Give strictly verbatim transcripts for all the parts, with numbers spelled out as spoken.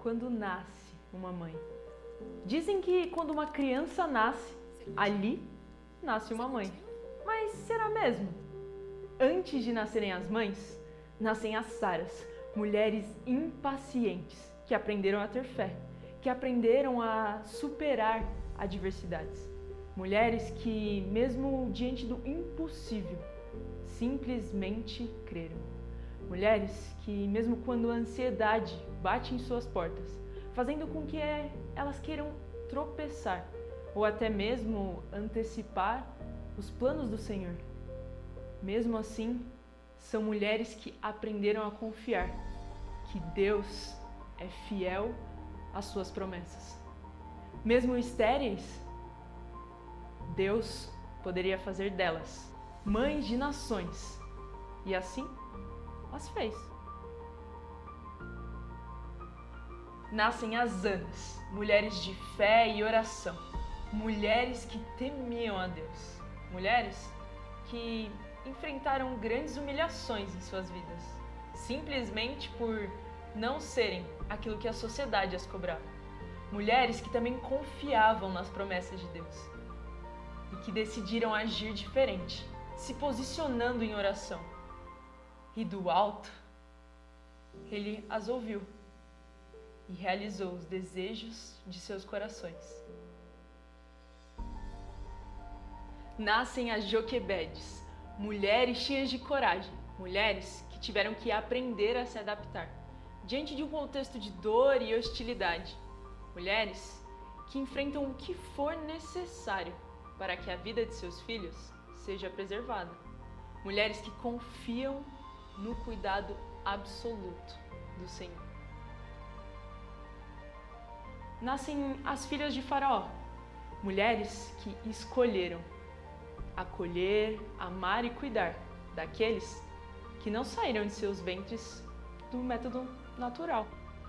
quando nasce uma mãe. Dizem que quando uma criança nasce, ali nasce uma mãe. Mas será mesmo? Antes de nascerem as mães, nascem as Saras, mulheres impacientes que aprenderam a ter fé, que aprenderam a superar adversidades. Mulheres que, mesmo diante do impossível, simplesmente creram. Mulheres que, mesmo quando a ansiedade bate em suas portas, fazendo com que elas queiram tropeçar ou até mesmo antecipar os planos do Senhor, mesmo assim, são mulheres que aprenderam a confiar que Deus é fiel às suas promessas. Mesmo estéreis, Deus poderia fazer delas mães de nações, e assim as fez. Nascem as Anas, mulheres de fé e oração, mulheres que temiam a Deus, mulheres que enfrentaram grandes humilhações em suas vidas, simplesmente por não serem aquilo que a sociedade as cobrava. Mulheres que também confiavam nas promessas de Deus e que decidiram agir diferente, se posicionando em oração. E do alto, Ele as ouviu e realizou os desejos de seus corações. Nascem as Joquebedes, mulheres cheias de coragem, mulheres que tiveram que aprender a se adaptar diante de um contexto de dor e hostilidade. Mulheres que enfrentam o que for necessário para que a vida de seus filhos seja preservada. Mulheres que confiam no cuidado absoluto do Senhor. Nascem as filhas de Faraó, mulheres que escolheram acolher, amar e cuidar daqueles que não saíram de seus ventres do método natural.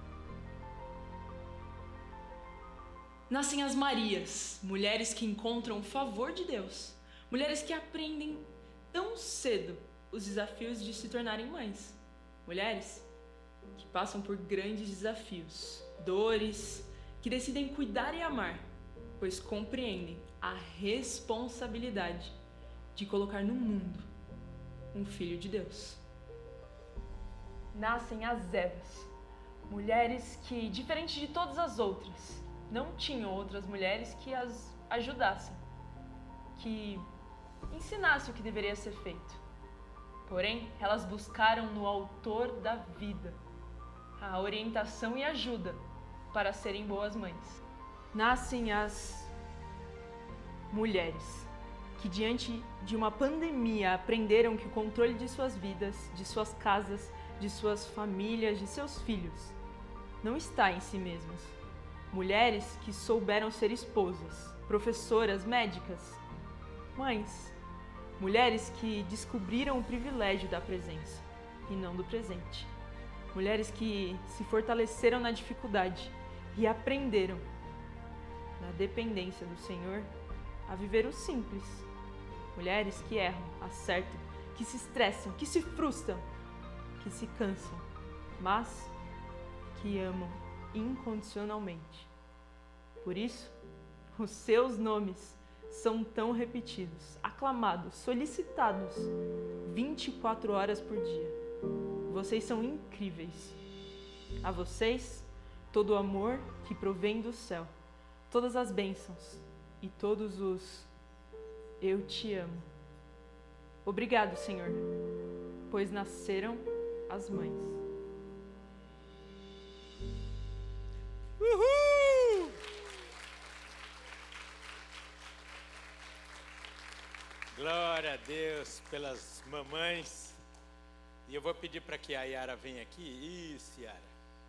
Nascem as Marias, mulheres que encontram o favor de Deus, mulheres que aprendem tão cedo os desafios de se tornarem mães, mulheres que passam por grandes desafios, dores, que decidem cuidar e amar, pois compreendem a responsabilidade de colocar no mundo um filho de Deus. Nascem as Evas, mulheres que, diferente de todas as outras, não tinham outras mulheres que as ajudassem, que ensinassem o que deveria ser feito. Porém, elas buscaram no Autor da vida a orientação e ajuda para serem boas mães. Nascem as mulheres que, diante de uma pandemia, aprenderam que o controle de suas vidas, de suas casas, de suas famílias, de seus filhos, não está em si mesmas. Mulheres que souberam ser esposas, professoras, médicas, mães. Mulheres que descobriram o privilégio da presença e não do presente. Mulheres que se fortaleceram na dificuldade e aprenderam, na dependência do Senhor, a viver o simples. Mulheres que erram, acertam, que se estressam, que se frustram, que se cansam, mas que amam incondicionalmente. Por isso, os seus nomes são tão repetidos, aclamados, solicitados vinte e quatro horas por dia. Vocês são incríveis. A vocês, todo o amor que provém do céu, todas as bênçãos e todos os eu te amo. Obrigado, Senhor, pois nasceram as mães. Uhul! Glória a Deus pelas mamães. E eu vou pedir para que a Yara venha aqui. Isso, Yara.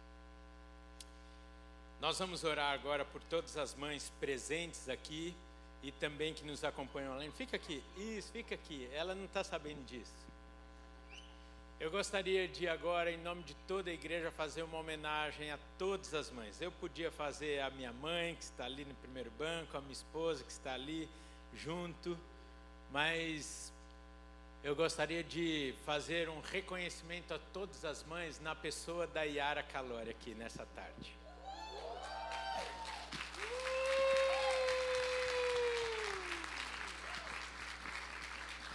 Nós vamos orar agora por todas as mães presentes aqui e também que nos acompanham online. Fica aqui. Isso, fica aqui. Ela não está sabendo disso. Eu gostaria de agora, em nome de toda a igreja, fazer uma homenagem a todas as mães. Eu podia fazer a minha mãe, que está ali no primeiro banco, a minha esposa, que está ali junto, mas eu gostaria de fazer um reconhecimento a todas as mães na pessoa da Yara Calori aqui nessa tarde.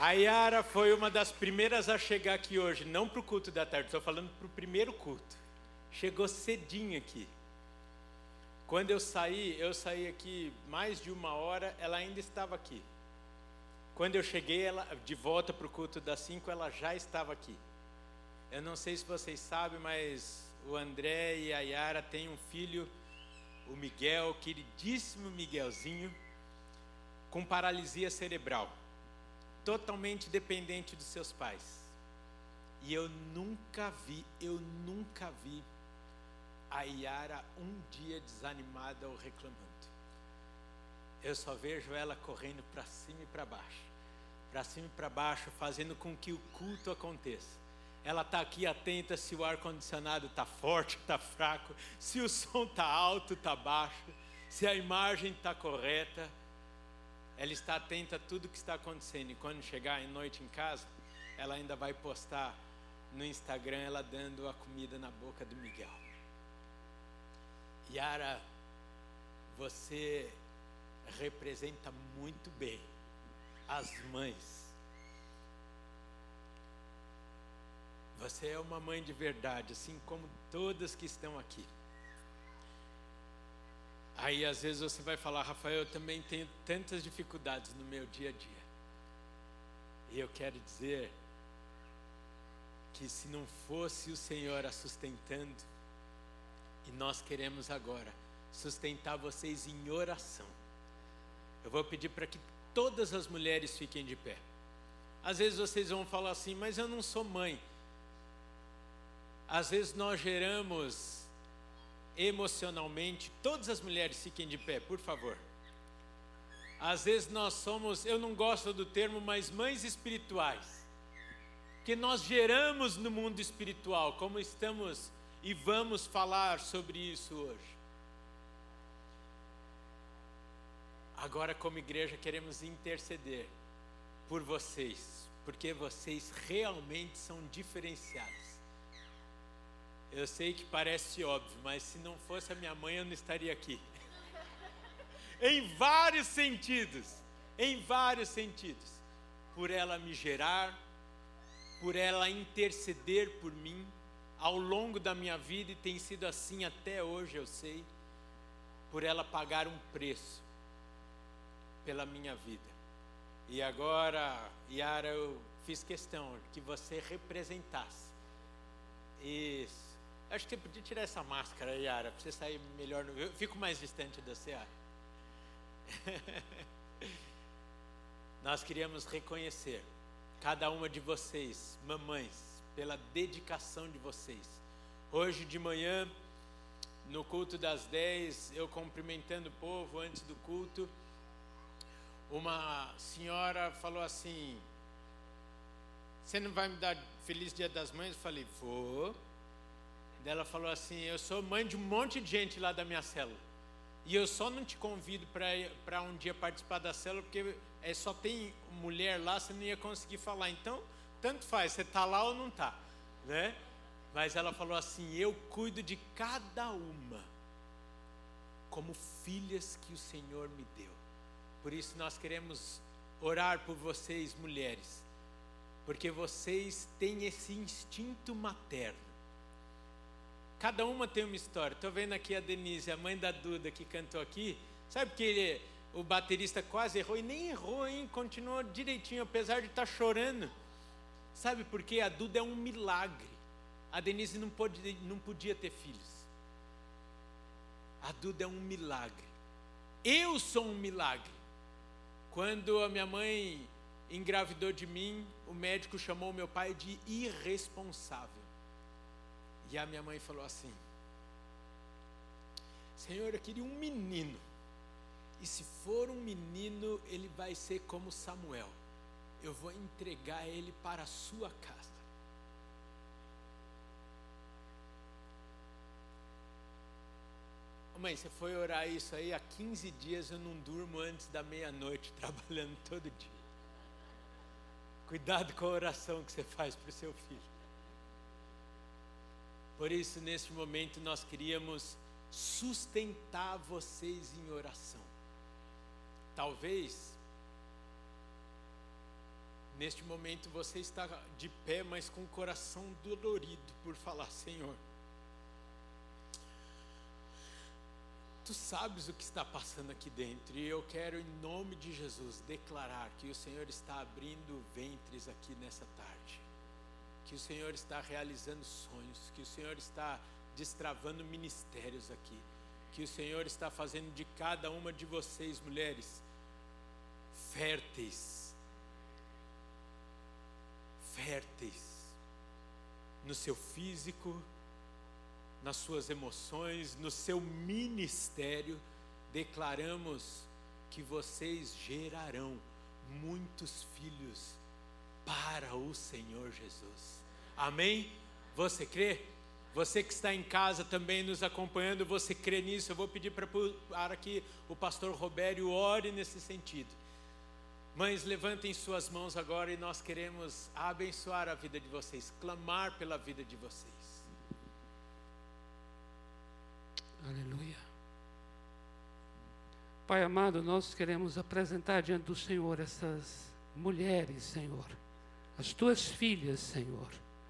A Yara foi uma das primeiras a chegar aqui hoje, não para o culto da tarde, estou falando para o primeiro culto. Chegou cedinho aqui. Quando eu saí, eu saí aqui mais de uma hora, ela ainda estava aqui. Quando eu cheguei ela, de volta para o culto das cinco, ela já estava aqui. Eu não sei se vocês sabem, mas o André e a Yara têm um filho, o Miguel, queridíssimo Miguelzinho, com paralisia cerebral, totalmente dependente dos seus pais. E eu nunca vi, eu nunca vi a Yara um dia desanimada ou reclamando. Eu só vejo ela correndo para cima e para baixo, para cima e para baixo, fazendo com que o culto aconteça. Ela está aqui atenta se o ar-condicionado está forte, está fraco, se o som está alto, está baixo, se a imagem está correta. Ela está atenta a tudo que está acontecendo. E quando chegar à noite em casa, ela ainda vai postar no Instagram ela dando a comida na boca do Miguel. Yara, você representa muito bem as mães. Você é uma mãe de verdade, assim como todas que estão aqui. Aí às vezes você vai falar, Rafael, eu também tenho tantas dificuldades no meu dia a dia. E eu quero dizer que se não fosse o Senhor a sustentando, e nós queremos agora sustentar vocês em oração. Eu vou pedir para que todas as mulheres fiquem de pé. Às vezes vocês vão falar assim, mas eu não sou mãe. Às vezes nós geramos emocionalmente, todas as mulheres fiquem de pé, por favor. Às vezes nós somos, eu não gosto do termo, mas mães espirituais. Que nós geramos no mundo espiritual, como estamos e vamos falar sobre isso hoje. Agora, como igreja, queremos interceder por vocês, porque vocês realmente são diferenciados. Eu sei que parece óbvio, mas se não fosse a minha mãe, eu não estaria aqui. Em vários sentidos, em vários sentidos. Por ela me gerar, por ela interceder por mim, ao longo da minha vida, e tem sido assim até hoje, eu sei, por ela pagar um preço pela minha vida. E agora, Yara, eu fiz questão que você representasse. Isso. Acho que você podia tirar essa máscara, Yara, para você sair melhor. No... Eu fico mais distante da Yara. Nós queríamos reconhecer cada uma de vocês, mamães, pela dedicação de vocês. Hoje de manhã, no culto das dez, eu cumprimentando o povo antes do culto, uma senhora falou assim, você não vai me dar Feliz Dia das Mães? Eu falei, vou. Ela falou assim, eu sou mãe de um monte de gente lá da minha célula. E eu só não te convido para um dia participar da célula, porque é, só tem mulher lá, você não ia conseguir falar. Então, tanto faz, você está lá ou não está, né? Mas ela falou assim, eu cuido de cada uma, como filhas que o Senhor me deu. Por isso nós queremos orar por vocês, mulheres, porque vocês têm esse instinto materno. Cada uma tem uma história. Estou vendo aqui a Denise, a mãe da Duda, que cantou aqui. Sabe que ele, o baterista quase errou, e nem errou, hein? Continuou direitinho, apesar de estar chorando. Sabe por quê? A Duda é um milagre. A Denise não, pode, não podia ter filhos. A Duda é um milagre. Eu sou um milagre. Quando a minha mãe engravidou de mim, o médico chamou meu pai de irresponsável. E a minha mãe falou assim, Senhor, eu queria um menino. E se for um menino, ele vai ser como Samuel. Eu vou entregar ele para a sua casa. Mãe, você foi orar isso aí, há quinze dias eu não durmo antes da meia-noite, trabalhando todo dia. Cuidado com a oração que você faz para o seu filho. Por isso, neste momento, nós queríamos sustentar vocês em oração. Talvez, neste momento você está de pé, mas com o coração dolorido por falar: Senhor, Tu sabes o que está passando aqui dentro, e eu quero, em nome de Jesus, declarar que o Senhor está abrindo ventres aqui nessa tarde, que o Senhor está realizando sonhos, que o Senhor está destravando ministérios aqui, que o Senhor está fazendo de cada uma de vocês, mulheres, férteis, férteis, no seu físico, nas suas emoções, no seu ministério. Declaramos que vocês gerarão muitos filhos para o Senhor Jesus. Amém? Você crê? Você que está em casa também nos acompanhando, você crê nisso? Eu vou pedir para, para que o pastor Robério ore nesse sentido. Mães, levantem suas mãos agora e nós queremos abençoar a vida de vocês, clamar pela vida de vocês. Aleluia. Pai amado, nós queremos apresentar diante do Senhor essas mulheres, Senhor, as tuas filhas, Senhor.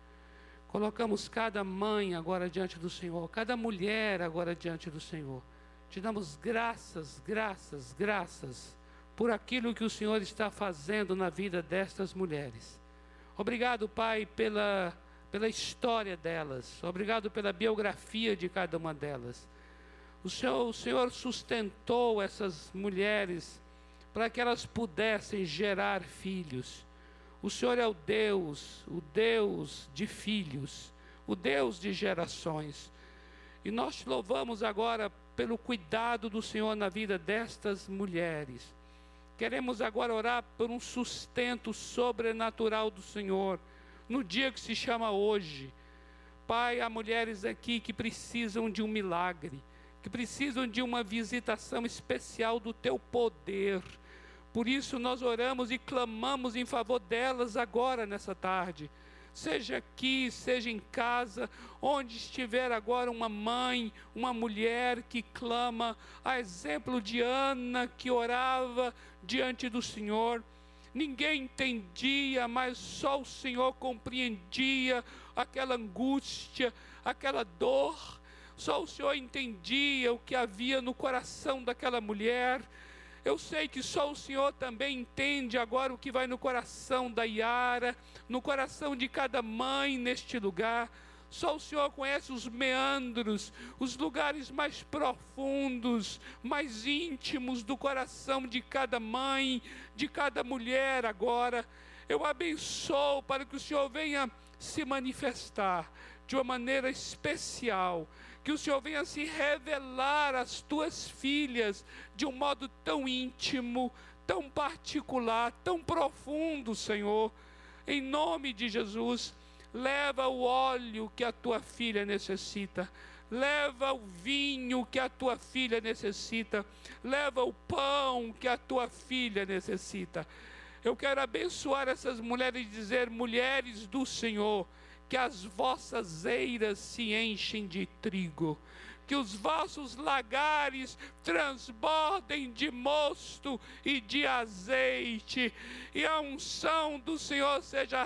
Colocamos cada mãe agora diante do Senhor, cada mulher agora diante do Senhor. Te damos graças, graças, graças por aquilo que o Senhor está fazendo na vida destas mulheres. Obrigado, Pai, pela, pela história delas. Obrigado pela biografia de cada uma delas. O Senhor, o Senhor sustentou essas mulheres para que elas pudessem gerar filhos. O Senhor é o Deus, o Deus de filhos, o Deus de gerações. E nós te louvamos agora pelo cuidado do Senhor na vida destas mulheres. Queremos agora orar por um sustento sobrenatural do Senhor, no dia que se chama hoje. Pai, há mulheres aqui que precisam de um milagre, que precisam de uma visitação especial do Teu poder. Por isso nós oramos e clamamos em favor delas agora nessa tarde. Seja aqui, seja em casa, onde estiver agora uma mãe, uma mulher que clama, a exemplo de Ana que orava diante do Senhor. Ninguém entendia, mas só o Senhor compreendia aquela angústia, aquela dor. Só o Senhor entendia o que havia no coração daquela mulher. Eu sei que só o Senhor também entende agora o que vai no coração da Yara, no coração de cada mãe neste lugar. Só o Senhor conhece os meandros, os lugares mais profundos, mais íntimos do coração de cada mãe, de cada mulher agora. Eu abençoo para que o Senhor venha se manifestar de uma maneira especial, que o Senhor venha se revelar às tuas filhas de um modo tão íntimo, tão particular, tão profundo, Senhor. Em nome de Jesus, leva o óleo que a tua filha necessita, leva o vinho que a tua filha necessita, leva o pão que a tua filha necessita. Eu quero abençoar essas mulheres e dizer: mulheres do Senhor, que as vossas eiras se enchem de trigo, que os vossos lagares transbordem de mosto e de azeite, e a unção do Senhor seja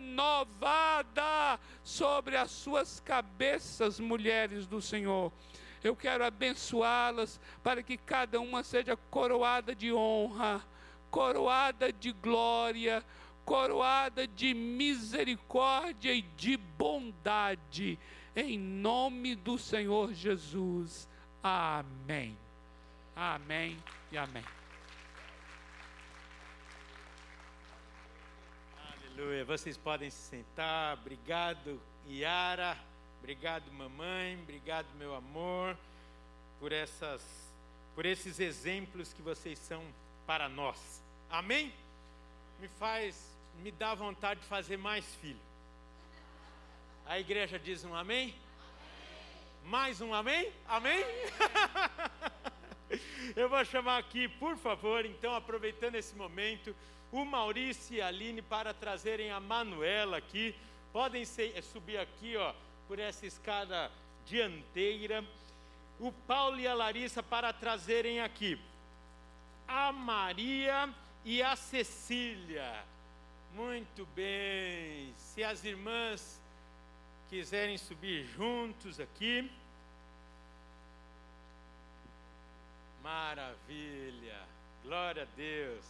renovada sobre as suas cabeças, mulheres do Senhor. Eu quero abençoá-las para que cada uma seja coroada de honra, coroada de glória, coroada de misericórdia e de bondade, em nome do Senhor Jesus. Amém. Amém e amém. Aleluia. Vocês podem se sentar. Obrigado, Yara. Obrigado, mamãe. Obrigado, meu amor, por essas, por esses exemplos que vocês são para nós. Amém? Me faz me dá vontade de fazer mais filho. A igreja diz um amém? Amém. Mais um amém? Amém? Amém. Eu vou chamar aqui, por favor, então, aproveitando esse momento, o Maurício e a Aline para trazerem a Manuela aqui. Podem ser, subir aqui, ó, por essa escada dianteira. O Paulo e a Larissa para trazerem aqui a Maria e a Cecília. Muito bem. Se as irmãs quiserem subir juntos aqui. Maravilha. Glória a Deus.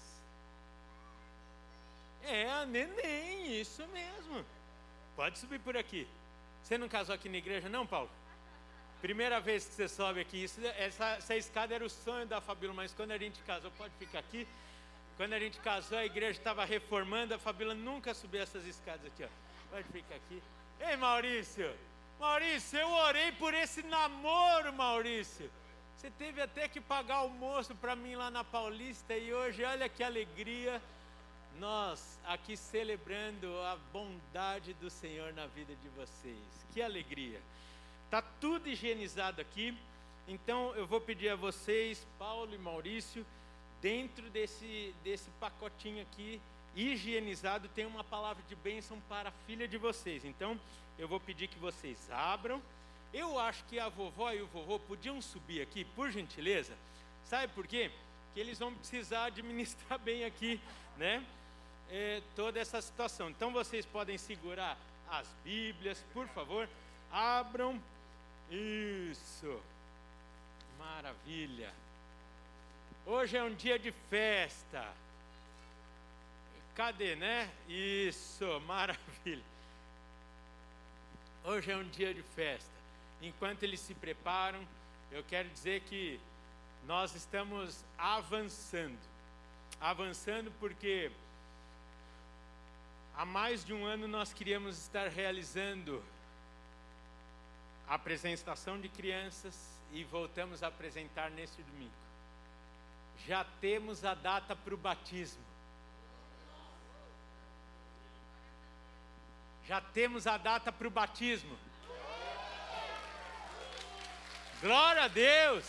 É a neném, isso mesmo. Pode subir por aqui. Você não casou aqui na igreja não, Paulo? Primeira vez que você sobe aqui. Isso, essa, essa escada era o sonho da Fabíola, mas quando a gente casou, pode ficar aqui. Quando a gente casou, a igreja estava reformando, a Fabíola nunca subiu essas escadas aqui, ó. Pode ficar aqui. Ei, Maurício! Maurício, eu orei por esse namoro, Maurício. Você teve até que pagar almoço para mim lá na Paulista e hoje, olha que alegria. Nós aqui celebrando a bondade do Senhor na vida de vocês. Que alegria. Está tudo higienizado aqui. Então eu vou pedir a vocês, Paulo e Maurício, dentro desse, desse pacotinho aqui, higienizado, tem uma palavra de bênção para a filha de vocês. Então eu vou pedir que vocês abram. Eu acho que a vovó e o vovô podiam subir aqui, por gentileza. Sabe por quê? Que eles vão precisar administrar bem aqui, né? É, toda essa situação. Então vocês podem segurar as Bíblias, por favor. Abram. Isso. Maravilha. Hoje é um dia de festa. Cadê, né? Isso, maravilha. Hoje é um dia de festa. Enquanto eles se preparam, eu quero dizer que nós estamos avançando. Avançando porque há mais de um ano nós queríamos estar realizando a apresentação de crianças e voltamos a apresentar neste domingo. Já temos a data para o batismo. Já temos a data para o batismo. Glória a Deus!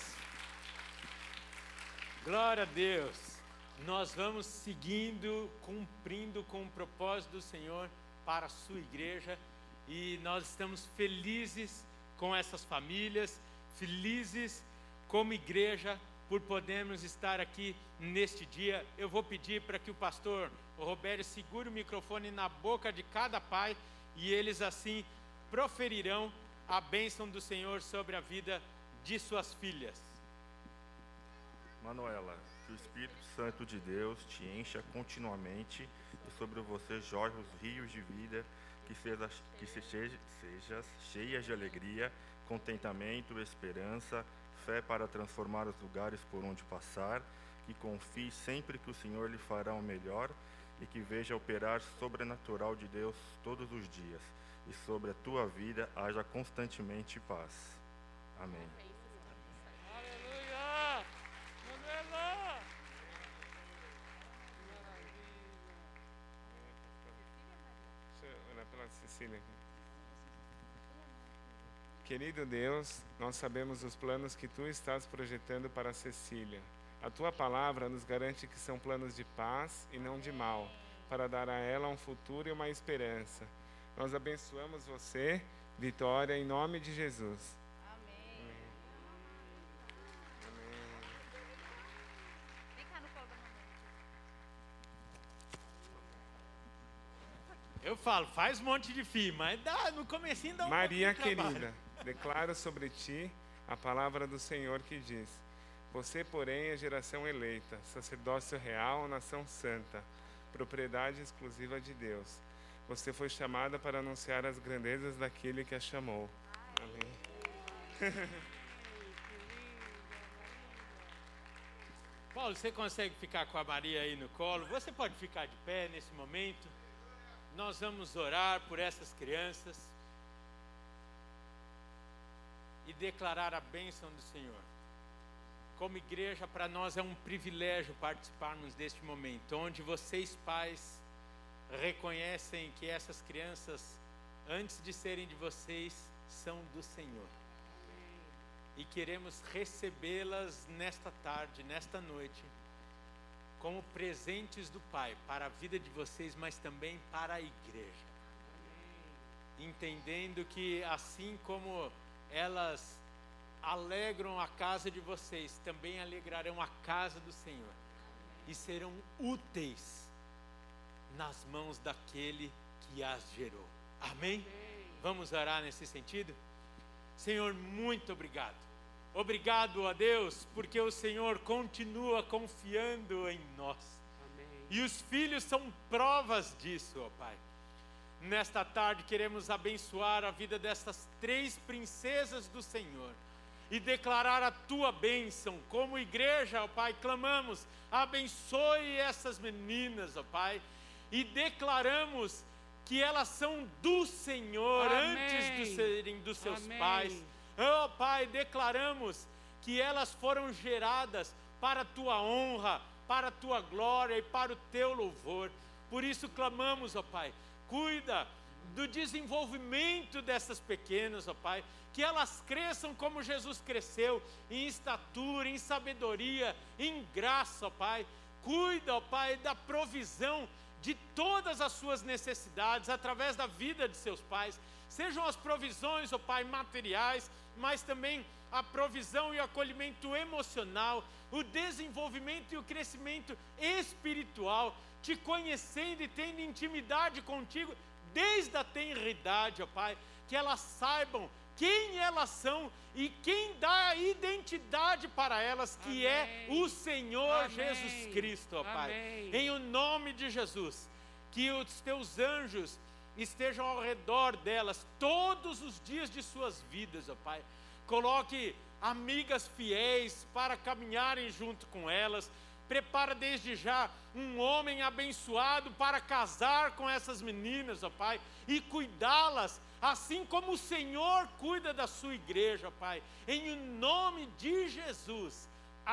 Glória a Deus! Nós vamos seguindo, cumprindo com o propósito do Senhor para a sua igreja e nós estamos felizes com essas famílias, felizes como igreja por podermos estar aqui neste dia. Eu vou pedir para que o pastor o Roberto segure o microfone na boca de cada pai e eles assim proferirão a bênção do Senhor sobre a vida de suas filhas. Manuela, que o Espírito Santo de Deus te encha continuamente e sobre você jorre os rios de vida, que seja, que seja, sejas cheias de alegria, contentamento, esperança, fé para transformar os lugares por onde passar, que confie sempre que o Senhor lhe fará o melhor e que veja operar sobrenatural de Deus todos os dias e sobre a tua vida haja constantemente paz. Amém. Aleluia! Manuela! Deixa eu olhar pela Cecília aqui. Querido Deus, nós sabemos os planos que Tu estás projetando para a Cecília. A Tua palavra nos garante que são planos de paz e não de mal, para dar a ela um futuro e uma esperança. Nós abençoamos você, Vitória, em nome de Jesus. Amém. Amém. Vem cá no colo da mamãe. Eu falo, faz um monte de filho, mas dá, no comecinho dá um Maria pouquinho de trabalho. querida, declaro sobre ti a palavra do Senhor que diz: você, porém, é geração eleita, sacerdócio real, nação santa, propriedade exclusiva de Deus. Você foi chamada para anunciar as grandezas daquele que a chamou. Amém. Paulo, você consegue ficar com a Maria aí no colo? Você pode ficar de pé nesse momento. Nós vamos orar por essas crianças e declarar a bênção do Senhor. Como igreja, para nós é um privilégio participarmos deste momento, onde vocês, pais, reconhecem que essas crianças, antes de serem de vocês, são do Senhor. E queremos recebê-las nesta tarde, nesta noite, como presentes do Pai, para a vida de vocês, mas também para a igreja. Entendendo que assim como elas alegram a casa de vocês, também alegrarão a casa do Senhor. E serão úteis nas mãos daquele que as gerou. Amém? Vamos orar nesse sentido? Senhor, muito obrigado. Obrigado a Deus, porque o Senhor continua confiando em nós. Amém. E os filhos são provas disso, ó Pai. Nesta tarde queremos abençoar a vida dessas três princesas do Senhor e declarar a tua bênção. Como igreja, ó Pai, clamamos, abençoe essas meninas, ó Pai, e declaramos que elas são do Senhor. Amém. Antes de serem dos seus Amém. Pais. Oh Pai, declaramos que elas foram geradas para a tua honra, para a tua glória e para o teu louvor. Por isso clamamos, ó Pai, cuida do desenvolvimento dessas pequenas, ó Pai, que elas cresçam como Jesus cresceu, em estatura, em sabedoria, em graça, ó Pai. Cuida, ó Pai, da provisão de todas as suas necessidades através da vida de seus pais. Sejam as provisões, ó Pai, materiais, mas também a provisão e o acolhimento emocional, o desenvolvimento e o crescimento espiritual, te conhecendo e tendo intimidade contigo desde a tenridade, ó Pai, que elas saibam quem elas são e quem dá a identidade para elas, que Amém. É o Senhor Amém. Jesus Cristo, ó Pai. Amém. Em o nome de Jesus, que os teus anjos estejam ao redor delas todos os dias de suas vidas, ó Pai. Coloque amigas fiéis para caminharem junto com elas. Prepara desde já um homem abençoado para casar com essas meninas, ó Pai, e cuidá-las, assim como o Senhor cuida da sua igreja, ó Pai. Em nome de Jesus.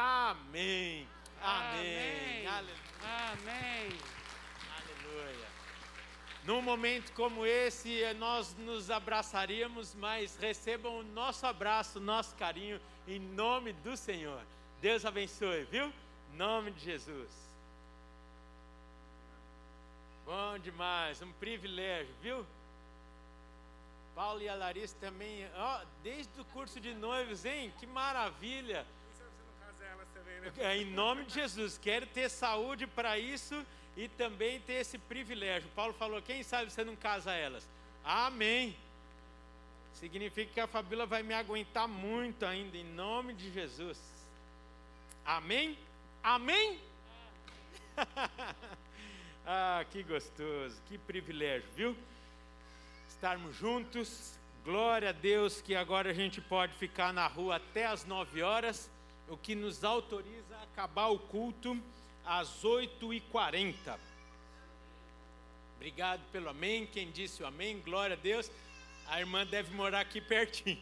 Amém. Amém. Amém. Aleluia. Amém. Aleluia. Num momento como esse, nós nos abraçaríamos, mas recebam o nosso abraço, nosso carinho, em nome do Senhor. Deus abençoe, viu? Em nome de Jesus. Bom demais, um privilégio, viu? Paulo e a Larissa também, ó, desde o curso de noivos, hein? Que maravilha! Em nome de Jesus, quero ter saúde para isso e também ter esse privilégio. Paulo falou, quem sabe você não casa elas? Amém. Significa que a Fabíola vai me aguentar muito ainda, em nome de Jesus. Amém? Amém? Ah, que gostoso, que privilégio, viu? Estarmos juntos. Glória a Deus que agora a gente pode ficar na rua até as nove horas, o que nos autoriza a acabar o culto às oito e quarenta. Obrigado pelo amém. Quem disse o amém, glória a Deus. A irmã deve morar aqui pertinho.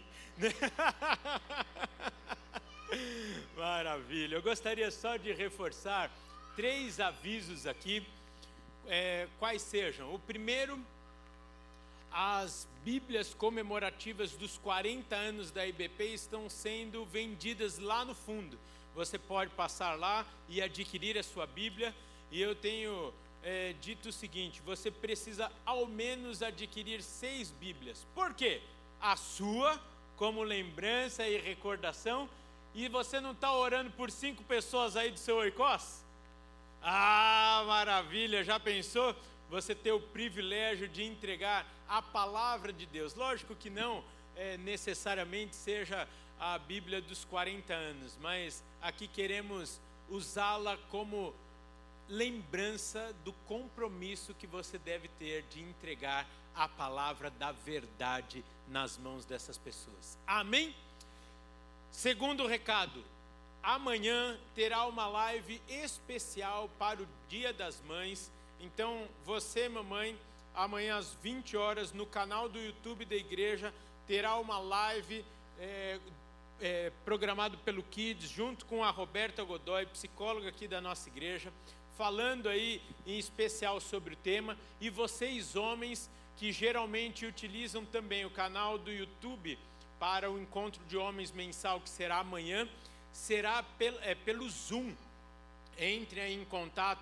Maravilha. Eu gostaria só de reforçar três avisos aqui, é, quais sejam. O primeiro, as Bíblias comemorativas dos quarenta anos da I B P estão sendo vendidas lá no fundo. Você pode passar lá e adquirir a sua Bíblia. E eu tenho é, dito o seguinte, você precisa ao menos adquirir seis Bíblias. Por quê? A sua, como lembrança e recordação. E você não está orando por cinco pessoas aí do seu oicós? Ah, maravilha! Já pensou? Você ter o privilégio de entregar a palavra de Deus. Lógico que não é, necessariamente seja a Bíblia dos quarenta anos, mas aqui queremos usá-la como lembrança do compromisso que você deve ter de entregar a palavra da verdade nas mãos dessas pessoas. Amém? Segundo recado, amanhã terá uma live especial para o Dia das Mães. Então, você, mamãe, amanhã às vinte horas, no canal do YouTube da igreja, terá uma live é, é, programado pelo Kids, junto com a Roberta Godoy, psicóloga aqui da nossa igreja, falando aí em especial sobre o tema. E vocês, homens, que geralmente utilizam também o canal do YouTube para o encontro de homens mensal, que será amanhã, será pelo, é, pelo Zoom. Entre aí em contato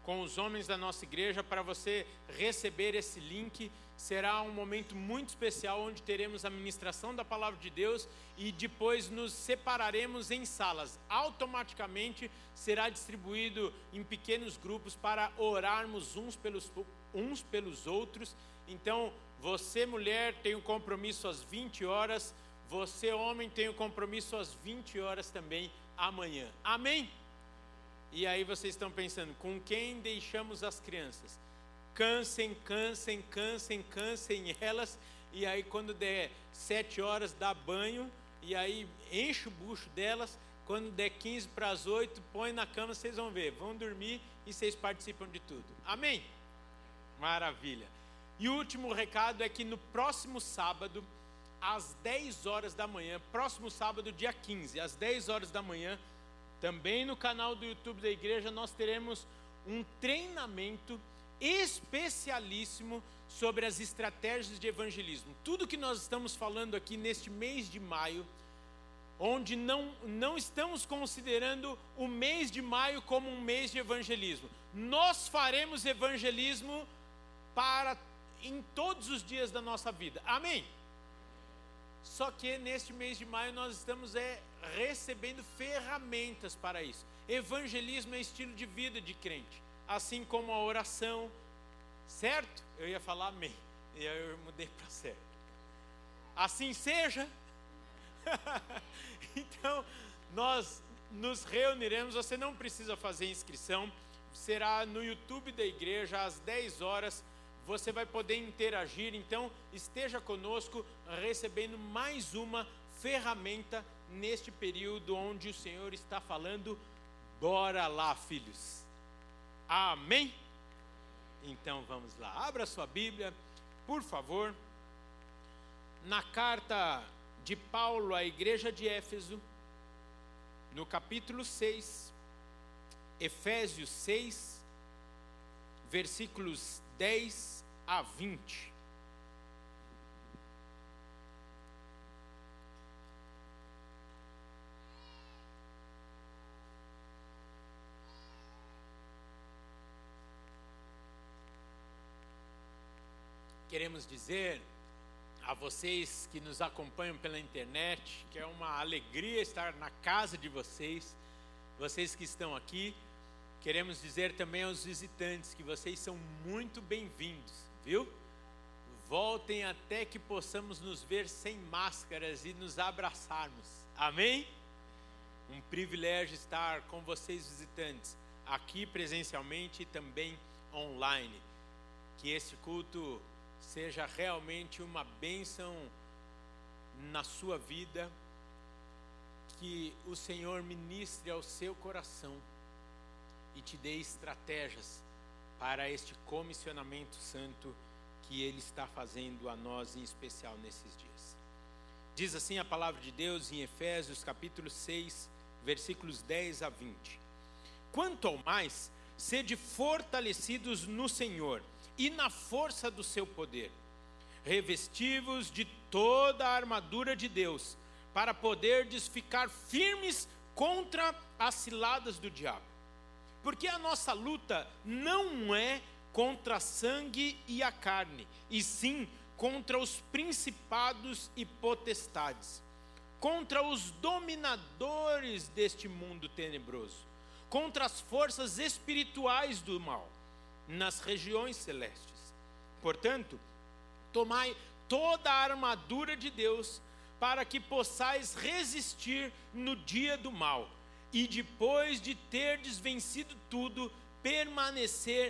com os homens da nossa igreja para você receber esse link. Será um momento muito especial onde teremos a ministração da palavra de Deus e depois nos separaremos em salas. Automaticamente será distribuído em pequenos grupos para orarmos uns pelos, uns pelos outros. Então, você mulher tem um compromisso às vinte horas, você homem tem um compromisso às vinte horas também amanhã. Amém? E aí vocês estão pensando, com quem deixamos as crianças? Cansem, cansem, cansem, cansem elas, e aí quando der sete horas dá banho, e aí enche o bucho delas, quando der quinze para as oito, põe na cama, vocês vão ver, vão dormir e vocês participam de tudo. Amém? Maravilha. E o último recado é que no próximo sábado, às dez horas da manhã, próximo sábado, dia quinze, às dez horas da manhã, também no canal do YouTube da igreja, nós teremos um treinamento especialíssimo sobre as estratégias de evangelismo. Tudo que nós estamos falando aqui neste mês de maio, onde não, não estamos considerando o mês de maio como um mês de evangelismo. Nós faremos evangelismo para, em todos os dias da nossa vida. Amém? Só que neste mês de maio nós estamos é, recebendo ferramentas para isso. Evangelismo é estilo de vida de crente, assim como a oração, certo? Eu ia falar amém, e aí eu mudei para certo. Assim seja. Então, nós nos reuniremos, você não precisa fazer inscrição, será no YouTube da igreja às dez horas, você vai poder interagir, então esteja conosco recebendo mais uma ferramenta neste período onde o Senhor está falando, bora lá, filhos. Amém? Então vamos lá, abra sua Bíblia, por favor, na carta de Paulo à igreja de Éfeso, no capítulo seis, Efésios seis, versículos dez a vinte. Queremos dizer a vocês que nos acompanham pela internet que é uma alegria estar na casa de vocês, vocês que estão aqui. Queremos dizer também aos visitantes que vocês são muito bem-vindos, viu? Voltem até que possamos nos ver sem máscaras e nos abraçarmos. Amém? Um privilégio estar com vocês visitantes, aqui presencialmente e também online. Que este culto seja realmente uma bênção na sua vida, que o Senhor ministre ao seu coração e te dê estratégias para este comissionamento santo que Ele está fazendo a nós, em especial nesses dias. Diz assim a palavra de Deus em Efésios capítulo seis, versículos dez a vinte. Quanto ao mais, sede fortalecidos no Senhor e na força do seu poder, revesti-vos de toda a armadura de Deus, para poderdes ficar firmes contra as ciladas do diabo. Porque a nossa luta não é contra sangue e a carne, e sim contra os principados e potestades, contra os dominadores deste mundo tenebroso, contra as forças espirituais do mal, nas regiões celestes. Portanto, tomai toda a armadura de Deus, para que possais resistir no dia do mal, e depois de terdes vencido tudo, permanecer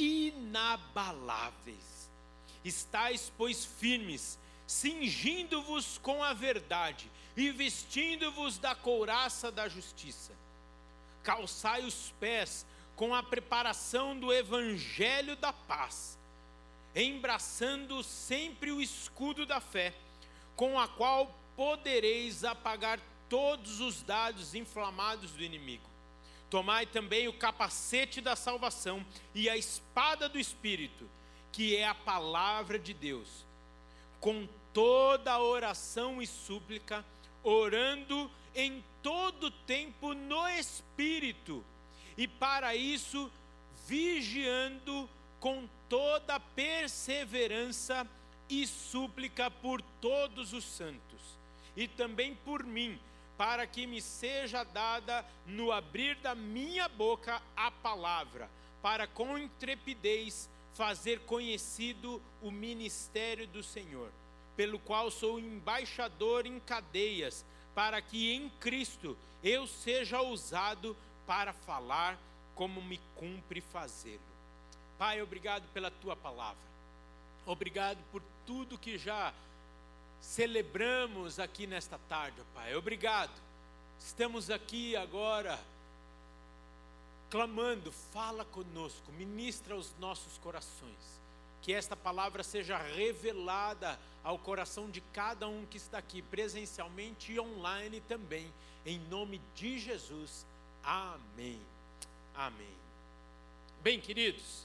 inabaláveis. Estais, pois, firmes, cingindo-vos com a verdade, e vestindo-vos da couraça da justiça. Calçai os pés com a preparação do evangelho da paz, embraçando sempre o escudo da fé, com a qual podereis apagar todos os dardos inflamados do inimigo. Tomai também o capacete da salvação e a espada do Espírito, que é a palavra de Deus, com toda a oração e súplica, orando em todo tempo no Espírito, e para isso vigiando com toda perseverança e súplica por todos os santos, e também por mim, para que me seja dada no abrir da minha boca a palavra, para com intrepidez fazer conhecido o ministério do Senhor, pelo qual sou embaixador em cadeias, para que em Cristo eu seja usado para falar como me cumpre fazê-lo. Pai, obrigado pela tua palavra. Obrigado por tudo que já celebramos aqui nesta tarde, ó Pai. Obrigado. Estamos aqui agora clamando, fala conosco, ministra os nossos corações. Que esta palavra seja revelada ao coração de cada um que está aqui, presencialmente e online também, em nome de Jesus. Amém. Amém. Bem, queridos,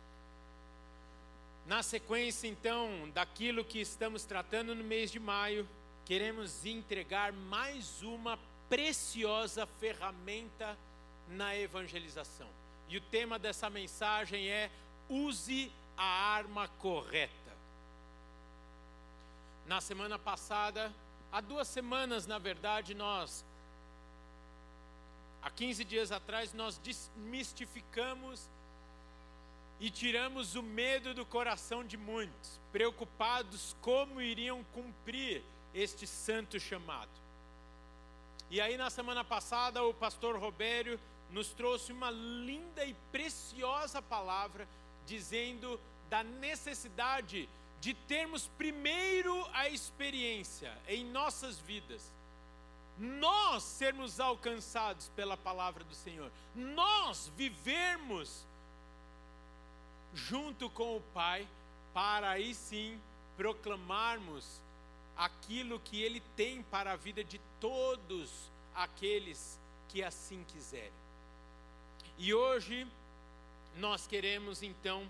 na sequência, então, daquilo que estamos tratando no mês de maio, queremos entregar mais uma preciosa ferramenta na evangelização. E o tema dessa mensagem é: use a arma correta. Na semana passada, há duas semanas, na verdade, nós, há quinze dias atrás, nós desmistificamos e tiramos o medo do coração de muitos, preocupados como iriam cumprir este santo chamado. E aí na semana passada o pastor Robério nos trouxe uma linda e preciosa palavra, dizendo da necessidade de termos primeiro a experiência em nossas vidas, nós sermos alcançados pela palavra do Senhor, nós vivermos junto com o Pai, para aí sim proclamarmos aquilo que Ele tem para a vida de todos aqueles que assim quiserem. E hoje nós queremos então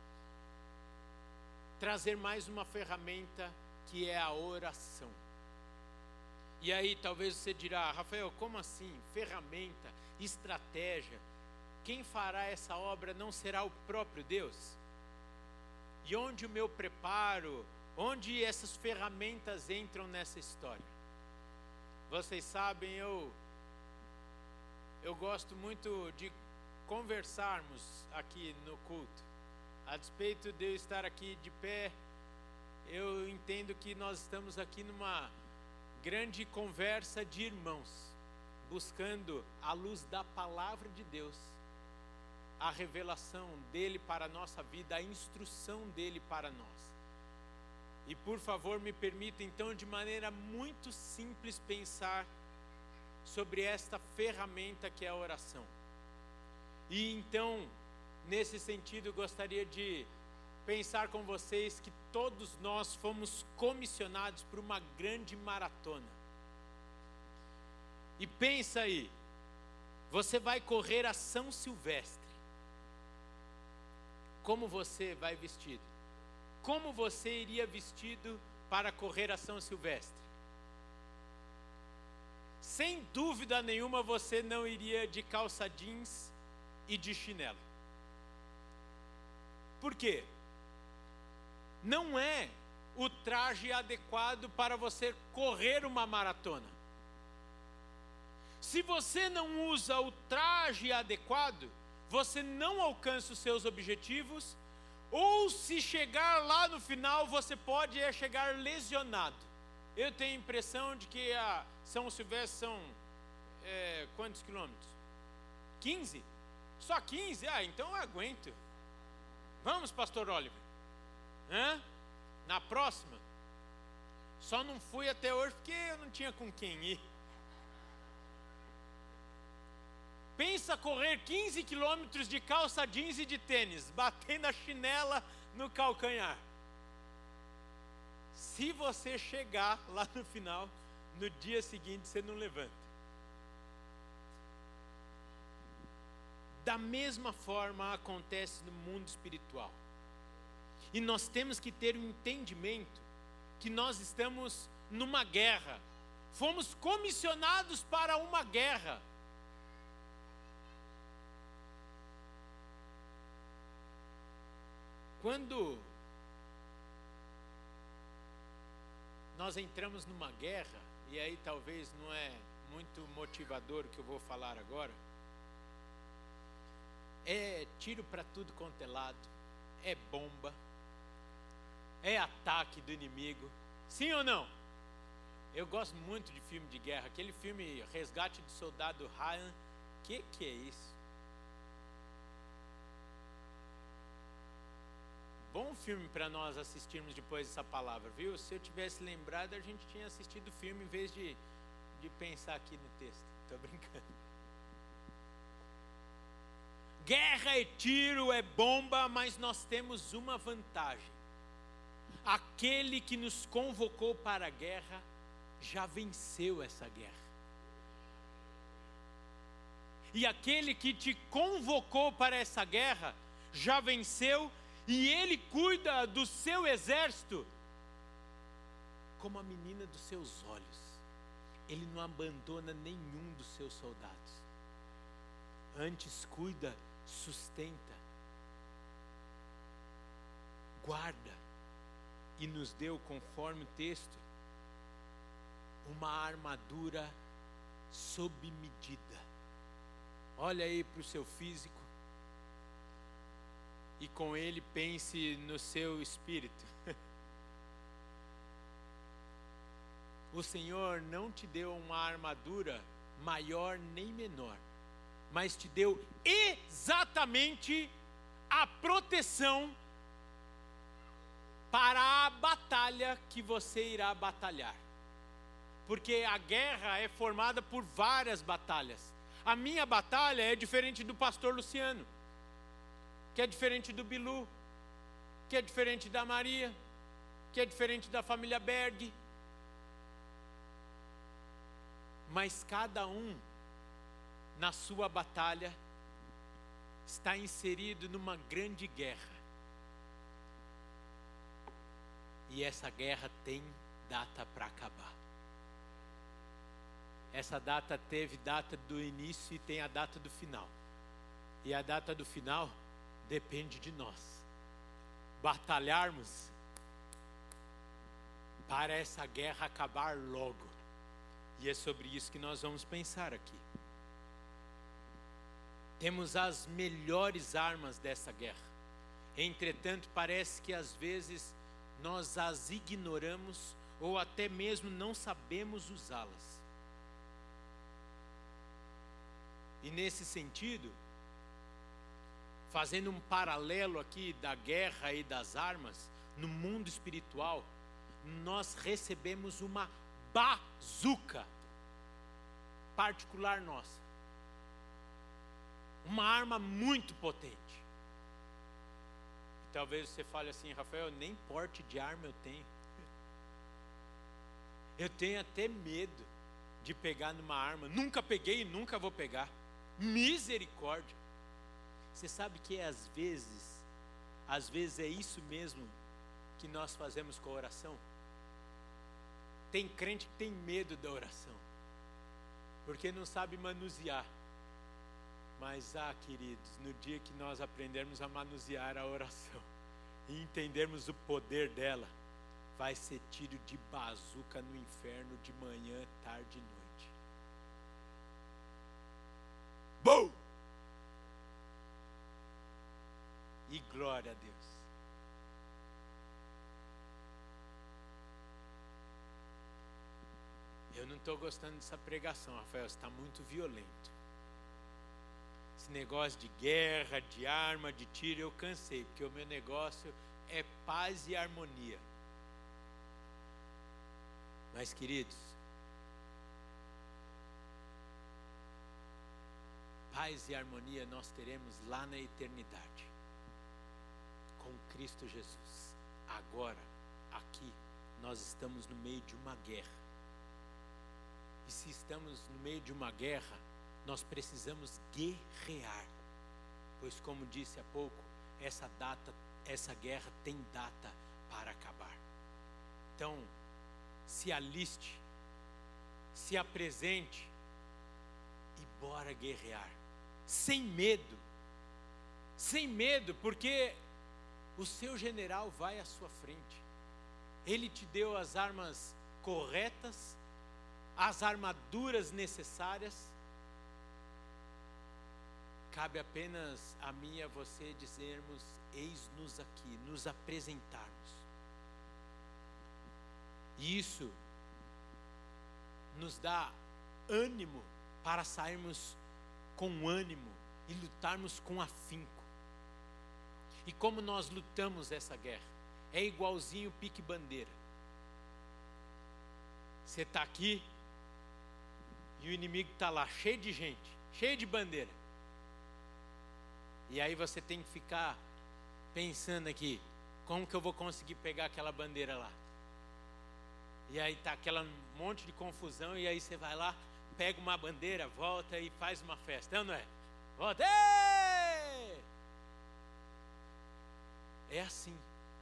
trazer mais uma ferramenta, que é a oração. E aí talvez você dirá: Rafael, como assim? Ferramenta, estratégia. Quem fará essa obra não será o próprio Deus? E onde o meu preparo, onde essas ferramentas entram nessa história? Vocês sabem, eu, eu gosto muito de conversarmos aqui no culto. A despeito de eu estar aqui de pé, eu entendo que nós estamos aqui numa grande conversa de irmãos, buscando a luz da palavra de Deus, a revelação dele para a nossa vida, a instrução dele para nós. E por favor me permita então, de maneira muito simples, pensar sobre esta ferramenta que é a oração. E então, nesse sentido, gostaria de pensar com vocês que todos nós fomos comissionados por uma grande maratona. E pensa aí, você vai correr a São Silvestre. Como você vai vestido? Como você iria vestido para correr a São Silvestre? Sem dúvida nenhuma você não iria de calça jeans e de chinelo. Por quê? Não é o traje adequado para você correr uma maratona. Se você não usa o traje adequado, você não alcança os seus objetivos, ou se chegar lá no final, você pode é chegar lesionado. Eu tenho a impressão de que a São Silvestre são é, quantos quilômetros? quinze? Só quinze? Ah, então eu aguento. Vamos, pastor Oliver? Hã? Na próxima? Só não fui até hoje porque eu não tinha com quem ir. Pensa correr quinze quilômetros de calça jeans e de tênis, batendo a chinela no calcanhar. Se você chegar lá no final, no dia seguinte você não levanta. Da mesma forma acontece no mundo espiritual. E nós temos que ter um entendimento que nós estamos numa guerra. Fomos comissionados para uma guerra. Quando nós entramos numa guerra, e aí talvez não é muito motivador o que eu vou falar agora, é tiro para tudo quanto é lado, é bomba, é ataque do inimigo, sim ou não? Eu gosto muito de filme de guerra, aquele filme Resgate do Soldado Ryan, que que é isso? Bom filme para nós assistirmos depois dessa palavra, viu? Se eu tivesse lembrado, a gente tinha assistido o filme em vez de, de pensar aqui no texto. Tô brincando. Guerra é tiro, é bomba, mas nós temos uma vantagem. Aquele que nos convocou para a guerra já venceu essa guerra. E aquele que te convocou para essa guerra já venceu, e ele cuida do seu exército como a menina dos seus olhos. Ele não abandona nenhum dos seus soldados. Antes cuida, sustenta, guarda, e nos deu, conforme o texto, uma armadura sob medida. Olha aí para o seu físico e com ele pense no seu espírito. O Senhor não te deu uma armadura maior nem menor, mas te deu exatamente a proteção para a batalha que você irá batalhar. Porque a guerra é formada por várias batalhas. A minha batalha é diferente do pastor Luciano, que é diferente do Bilu, que é diferente da Maria, que é diferente da família Berg. Mas cada um, na sua batalha, está inserido numa grande guerra. E essa guerra tem data para acabar. Essa data teve data do início e tem a data do final. E a data do final depende de nós batalharmos para essa guerra acabar logo. E é sobre isso que nós vamos pensar aqui. Temos as melhores armas dessa guerra. Entretanto, parece que às vezes nós as ignoramos ou até mesmo não sabemos usá-las. E nesse sentido, fazendo um paralelo aqui da guerra e das armas, no mundo espiritual, nós recebemos uma bazuca particular nossa. Uma arma muito potente. E talvez você fale assim, Rafael, nem porte de arma eu tenho. Eu tenho até medo de pegar numa arma. Nunca peguei e nunca vou pegar. Misericórdia. Você sabe que é, às vezes, às vezes é isso mesmo que nós fazemos com a oração? Tem crente que tem medo da oração, porque não sabe manusear. Mas, ah, queridos, no dia que nós aprendermos a manusear a oração e entendermos o poder dela, vai ser tiro de bazuca no inferno de manhã, tarde e noite. Bum! E glória a Deus. Eu não estou gostando dessa pregação, Rafael, você está muito violento. Esse negócio de guerra, de arma, de tiro, eu cansei, porque o meu negócio é paz e harmonia. Mas, queridos, paz e harmonia nós teremos lá na eternidade, com Cristo Jesus. Agora, aqui, nós estamos no meio de uma guerra. E se estamos no meio de uma guerra, nós precisamos guerrear. Pois, como disse há pouco, essa data, essa guerra tem data para acabar. Então, se aliste, se apresente e bora guerrear. Sem medo. Sem medo, porque O seu general vai à sua frente. Ele te deu as armas corretas, as armaduras necessárias. Cabe apenas a mim e a você dizermos: eis-nos aqui, nos apresentarmos. E isso nos dá ânimo para sairmos com ânimo e lutarmos com afinco. E como nós lutamos essa guerra? É igualzinho pique-bandeira. Você está aqui e o inimigo está lá, cheio de gente, cheio de bandeira. E aí você tem que ficar pensando aqui, como que eu vou conseguir pegar aquela bandeira lá? E aí tá aquela monte de confusão, e aí você vai lá, pega uma bandeira, volta e faz uma festa, não é? Volta, ei! É assim.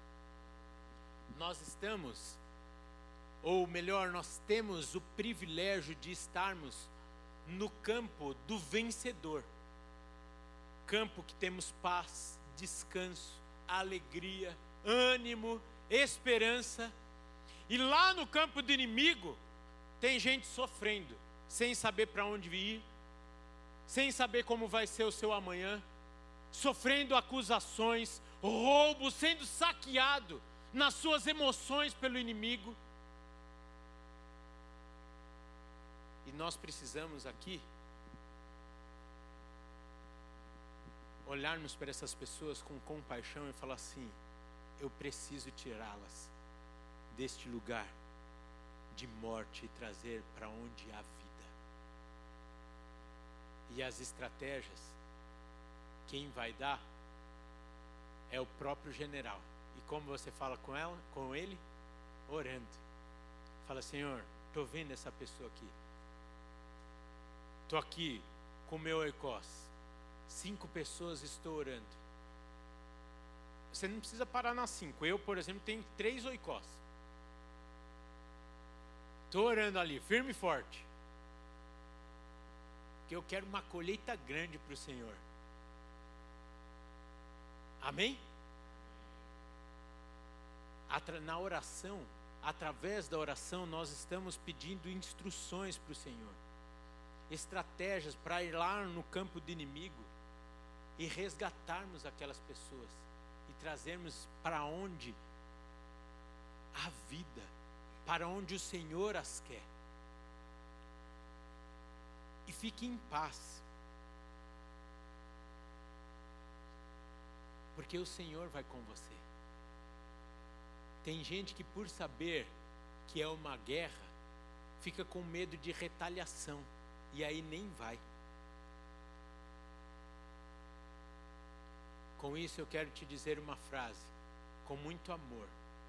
Nós estamos, ou melhor, nós temos o privilégio de estarmos no campo do vencedor. Campo que temos paz, descanso, alegria, ânimo, esperança. E lá no campo do inimigo, tem gente sofrendo, sem saber para onde ir, sem saber como vai ser o seu amanhã, sofrendo acusações, roubo, sendo saqueado nas suas emoções pelo inimigo. E nós precisamos aqui olharmos para essas pessoas com compaixão e falar assim: eu preciso tirá-las deste lugar de morte e trazer para onde há vida. E as estratégias, quem vai dar é o próprio general. E como você fala com ela, com ele? Orando. Fala: Senhor, estou vendo essa pessoa aqui. Estou aqui com o meu oikos. Cinco pessoas estou orando. Você não precisa parar nas cinco. Eu, por exemplo, tenho três oikos. Estou orando ali, firme e forte. Porque eu quero uma colheita grande para o Senhor. Amém? Atra- na oração, através da oração, nós estamos pedindo instruções para o Senhor. Estratégias para ir lá no campo do inimigo e resgatarmos aquelas pessoas e trazermos para onde a vida, para onde o Senhor as quer. E fique em paz, porque o Senhor vai com você. Tem gente que, por saber que é uma guerra, fica com medo de retaliação e aí nem vai. Com isso eu quero te dizer uma frase, com muito amor.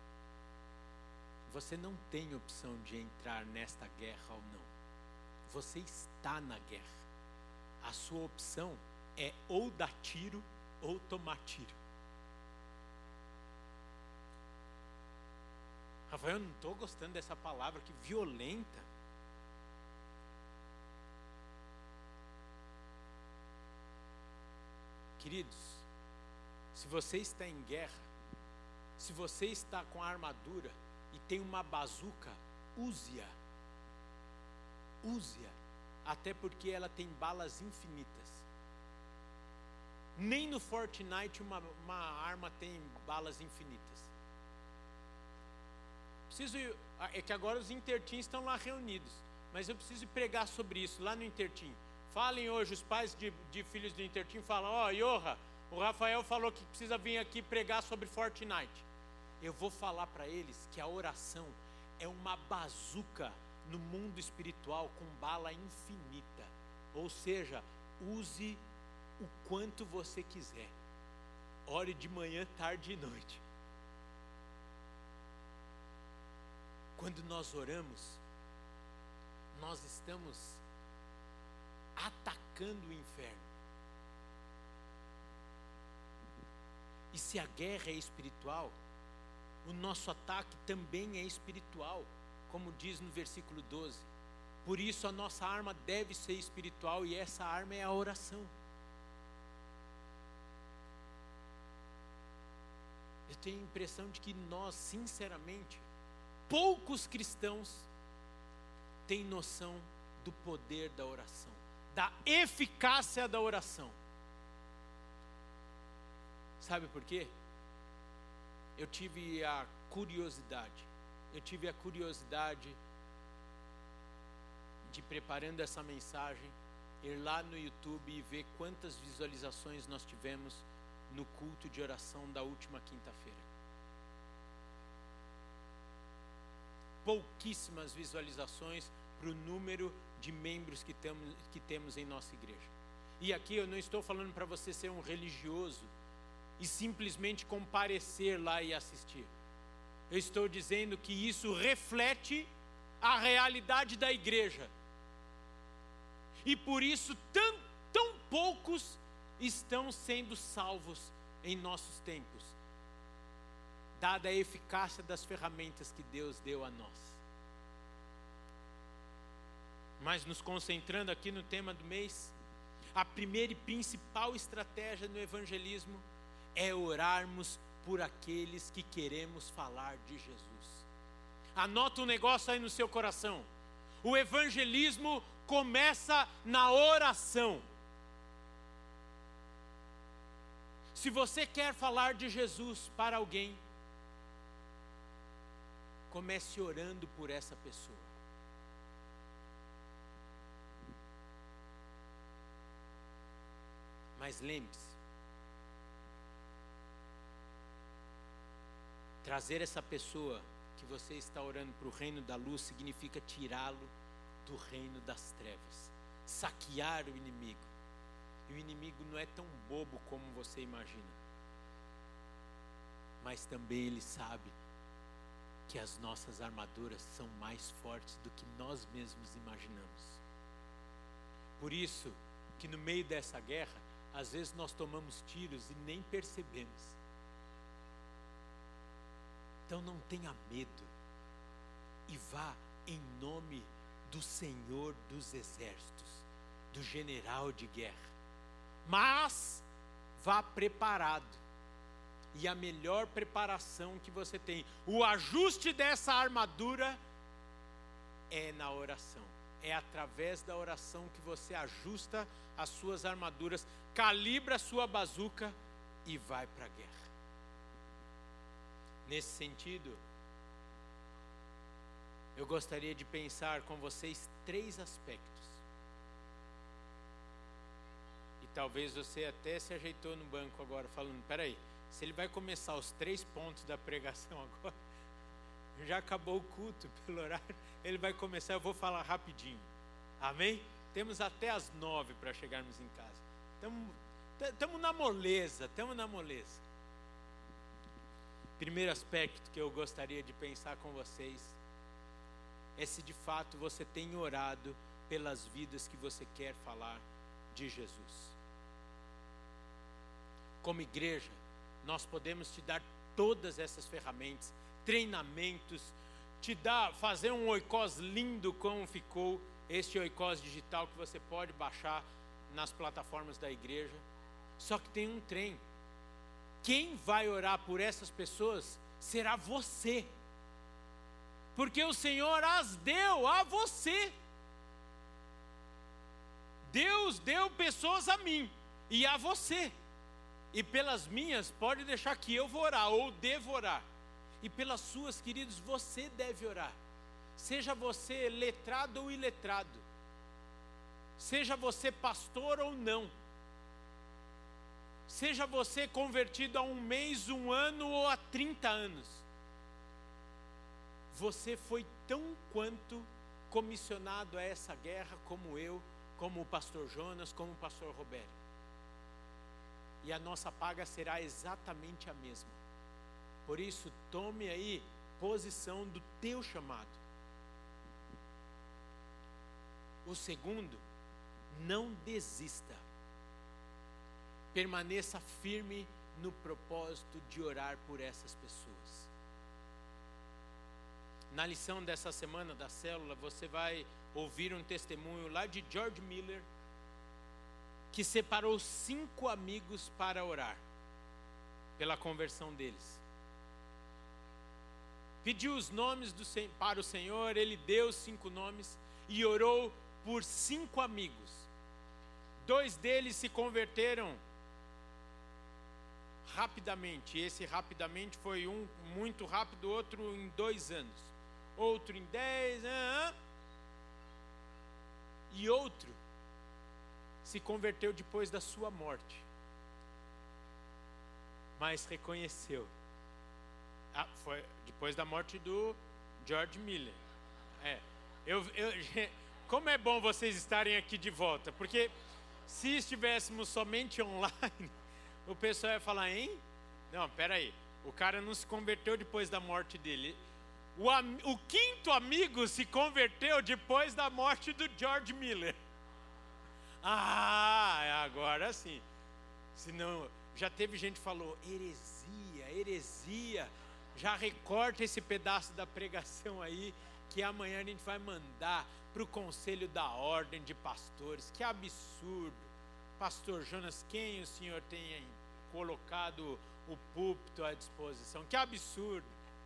Você não tem opção de entrar nesta guerra ou não. Você está na guerra. A sua opção é ou dar tiro ou tomar tiro. Rafael, eu não estou gostando dessa palavra, que violenta. Queridos, se você está em guerra, se você está com a armadura e tem uma bazuca, use-a. Use-a, até porque ela tem balas infinitas. Nem no Fortnite uma, uma arma tem balas infinitas. Preciso, é que agora os interteens estão lá reunidos, mas eu preciso pregar sobre isso lá no interteen. Falem hoje, os pais de, de filhos do interteen falam: ó, oh, Yoha, o Rafael falou que precisa vir aqui pregar sobre Fortnite. Eu vou falar para eles que a oração é uma bazuca no mundo espiritual com bala infinita. Ou seja, use o quanto você quiser. Ore de manhã, tarde e noite. Quando nós oramos, nós estamos atacando o inferno. E se a guerra é espiritual, o nosso ataque também é espiritual, como diz no versículo doze. Por isso a nossa arma deve ser espiritual, e essa arma é a oração. tenho a impressão de que nós, sinceramente, poucos cristãos têm noção do poder da oração, da eficácia da oração. Sabe por quê? Eu tive a curiosidade, eu tive a curiosidade de, preparando essa mensagem, ir lá no YouTube e ver quantas visualizações nós tivemos no culto de oração da última quinta-feira. Pouquíssimas visualizações para o número de membros que, tamo, que temos em nossa igreja. E aqui eu não estou falando para você ser um religioso e simplesmente comparecer lá e assistir. Eu estou dizendo que isso reflete a realidade da igreja. E por isso tão, tão poucos estão sendo salvos em nossos tempos, dada a eficácia das ferramentas que Deus deu a nós. Mas nos concentrando aqui no tema do mês, a primeira e principal estratégia no evangelismo é orarmos por aqueles que queremos falar de Jesus. Anota um negócio aí no seu coração. O evangelismo começa na oração. Se você quer falar de Jesus para alguém, comece orando por essa pessoa. Mas lembre-se, trazer essa pessoa que você está orando para o reino da luz significa tirá-lo do reino das trevas, saquear o inimigo. E o inimigo não é tão bobo como você imagina, mas também ele sabe que as nossas armaduras são mais fortes do que nós mesmos imaginamos. Por isso que no meio dessa guerra, às vezes nós tomamos tiros e nem percebemos. Então não tenha medo e vá em nome do Senhor dos Exércitos, do general de guerra. Mas vá preparado. E a melhor preparação que você tem, o ajuste dessa armadura é na oração. É através da oração que você ajusta as suas armaduras, calibra a sua bazuca e vai para a guerra. Nesse sentido, eu gostaria de pensar com vocês três aspectos. E talvez você até se ajeitou no banco agora, falando, peraí, se ele vai começar os três pontos da pregação agora, já acabou o culto pelo horário, ele vai começar, eu vou falar rapidinho. Amém? Temos até as nove para chegarmos em casa. Estamos na moleza, estamos na moleza. Primeiro aspecto que eu gostaria de pensar com vocês é se de fato você tem orado pelas vidas que você quer falar de Jesus. Como igreja, nós podemos te dar todas essas ferramentas, treinamentos, te dar, fazer um oikós lindo como ficou este oikós digital que você pode baixar nas plataformas da igreja. Só que tem um trem. Quem vai orar por essas pessoas será você. Porque o Senhor as deu a você. Deus deu pessoas a mim e a você. E pelas minhas, pode deixar que eu vou orar ou devo orar. E pelas suas, queridos, você deve orar. Seja você letrado ou iletrado. Seja você pastor ou não. Seja você convertido há um mês, um ano ou há trinta anos. Você foi tão quanto comissionado a essa guerra como eu, como o pastor Jonas, como o pastor Roberto. E a nossa paga será exatamente a mesma. Por isso, tome aí posição do teu chamado. O segundo, não desista. Permaneça firme no propósito de orar por essas pessoas. Na lição dessa semana da célula, você vai ouvir um testemunho lá de George Miller, que separou cinco amigos para orar pela conversão deles. pediu os nomes do, para o Senhor, ele deu os cinco nomes e orou por cinco amigos. Dois deles se converteram rapidamente. Esse rapidamente foi um muito rápido, outro em dois anos, outro em dez, ah, e outro se converteu depois da sua morte, mas reconheceu. Ah, foi depois da morte do George Miller. É, eu, eu, como é bom vocês estarem aqui de volta, porque se estivéssemos somente online, o pessoal ia falar, hein? Não, peraí, o cara não se converteu depois da morte dele. O, o quinto amigo se converteu depois da morte do George Miller. Ah, agora sim. Senão, já teve gente que falou, heresia, heresia. Já recorta esse pedaço da pregação aí, que amanhã a gente vai mandar para o Conselho da Ordem de Pastores. Que absurdo. Pastor Jonas, quem o senhor tem colocado o púlpito à disposição? Que absurdo.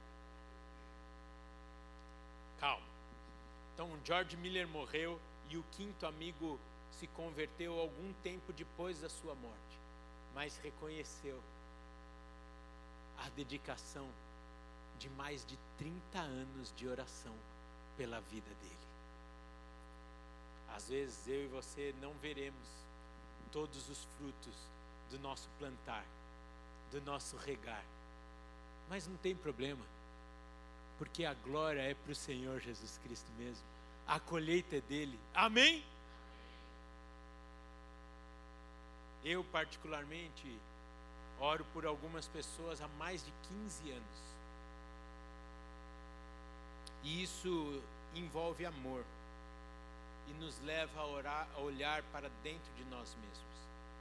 Calma. Então, George Miller morreu e o quinto amigo se converteu algum tempo depois da sua morte, mas reconheceu a dedicação de mais de trinta anos de oração pela vida dele. Às vezes eu e você não veremos todos os frutos do nosso plantar, do nosso regar, mas não tem problema, porque a glória é para o Senhor Jesus Cristo mesmo, a colheita é dele, amém? Eu particularmente oro por algumas pessoas há mais de quinze anos, e isso envolve amor e nos leva a orar, a olhar para dentro de nós mesmos,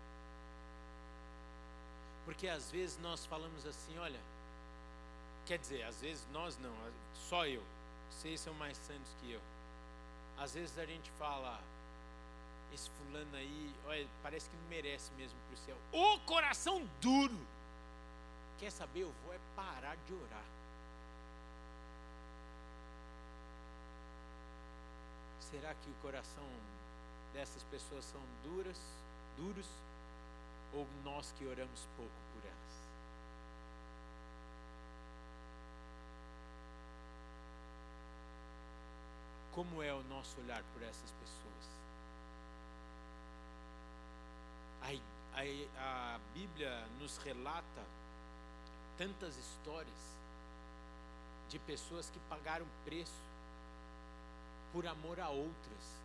porque às vezes nós falamos assim, olha, quer dizer, às vezes nós não, só eu, vocês são mais santos que eu. Às vezes a gente fala, esse fulano aí, olha, parece que não merece mesmo para o céu. Ô coração duro! Quer saber, eu vou é parar de orar. Será que o coração dessas pessoas são duras, duros? Ou nós que oramos pouco por elas? Como é o nosso olhar por essas pessoas? A, a, a Bíblia nos relata tantas histórias de pessoas que pagaram preço por amor a outras.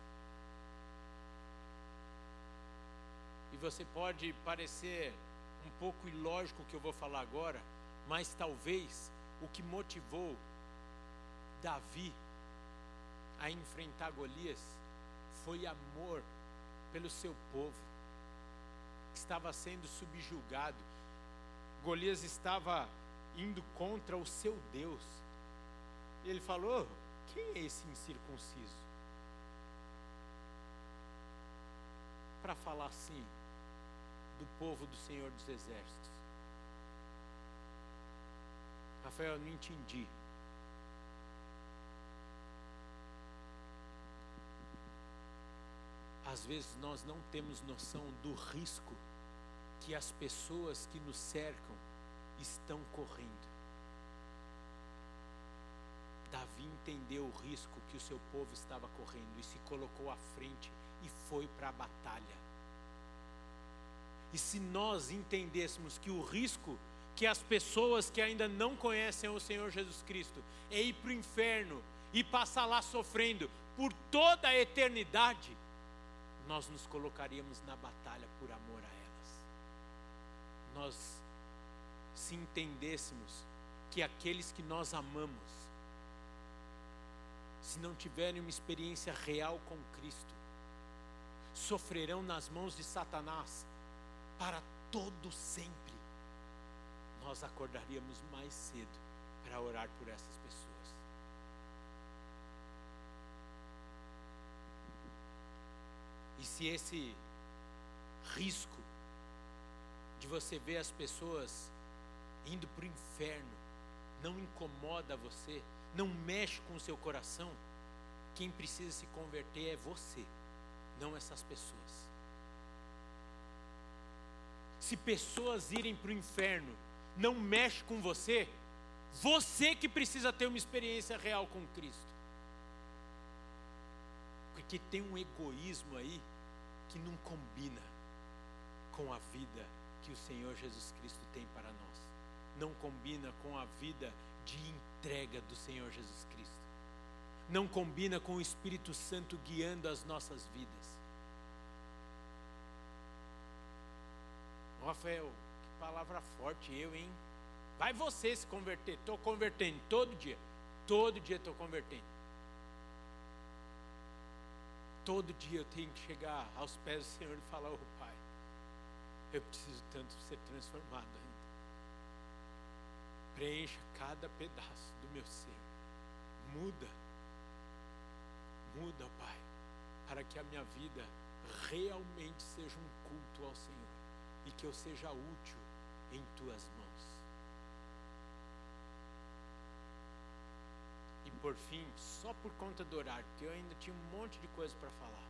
E você pode parecer um pouco ilógico o que eu vou falar agora, mas talvez o que motivou Davi a enfrentar Golias foi amor pelo seu povo, que estava sendo subjugado. Golias estava indo contra o seu Deus. Ele falou, quem é esse incircunciso? Para falar assim do povo do Senhor dos Exércitos. Rafael, eu não entendi. Às vezes nós não temos noção do risco que as pessoas que nos cercam estão correndo. Davi entendeu o risco que o seu povo estava correndo e se colocou à frente e foi para a batalha. E se nós entendêssemos que o risco que as pessoas que ainda não conhecem o Senhor Jesus Cristo é ir para o inferno e passar lá sofrendo por toda a eternidade, nós nos colocaríamos na batalha por amor a elas. Nós, se entendêssemos que aqueles que nós amamos, se não tiverem uma experiência real com Cristo, sofrerão nas mãos de Satanás para todo sempre, nós acordaríamos mais cedo para orar por essas pessoas. E se esse risco de você ver as pessoas indo para o inferno não incomoda você, não mexe com o seu coração, quem precisa se converter é você, não essas pessoas. Se pessoas irem para o inferno não mexe com você, você que precisa ter uma experiência real com Cristo. Porque tem um egoísmo aí que não combina com a vida que o Senhor Jesus Cristo tem para nós. Não combina com a vida de entrega do Senhor Jesus Cristo. Não combina com o Espírito Santo guiando as nossas vidas. Rafael, que palavra forte eu, hein? Vai você se converter. Estou convertendo todo dia. Todo dia estou convertendo. Todo dia eu tenho que chegar aos pés do Senhor e falar: ô Pai, eu preciso tanto ser transformado ainda. Preencha cada pedaço do meu ser. Muda. Muda, Pai, para que a minha vida realmente seja um culto ao Senhor e que eu seja útil em Tuas mãos. E por fim, só por conta do horário, porque eu ainda tinha um monte de coisa para falar.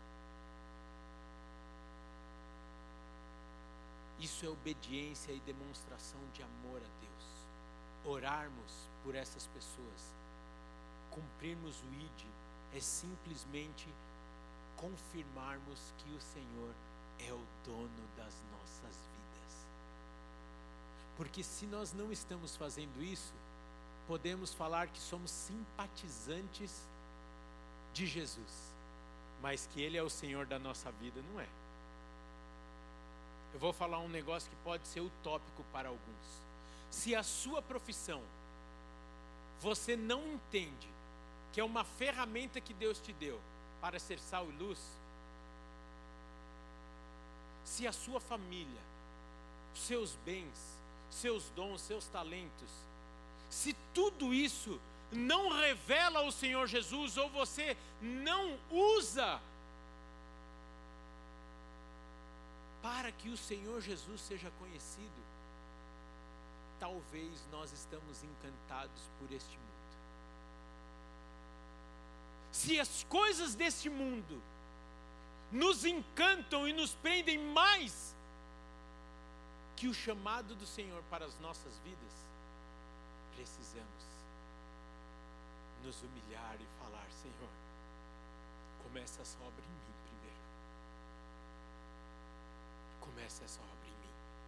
Isso é obediência e demonstração de amor a Deus. Orarmos por essas pessoas, cumprirmos o I D, é simplesmente confirmarmos que o Senhor é o dono das nossas vidas. Porque se nós não estamos fazendo isso, podemos falar que somos simpatizantes de Jesus, mas que Ele é o Senhor da nossa vida, não é. Eu vou falar um negócio que pode ser utópico para alguns. Se a sua profissão, você não entende que é uma ferramenta que Deus te deu para ser sal e luz, se a sua família, seus bens, seus dons, seus talentos, se tudo isso não revela o Senhor Jesus, ou você não usa para que o Senhor Jesus seja conhecido, talvez nós estamos encantados por este mundo. Se as coisas deste mundo nos encantam e nos prendem mais que o chamado do Senhor para as nossas vidas, precisamos nos humilhar e falar: Senhor, começa essa obra em mim primeiro. Começa essa obra em mim.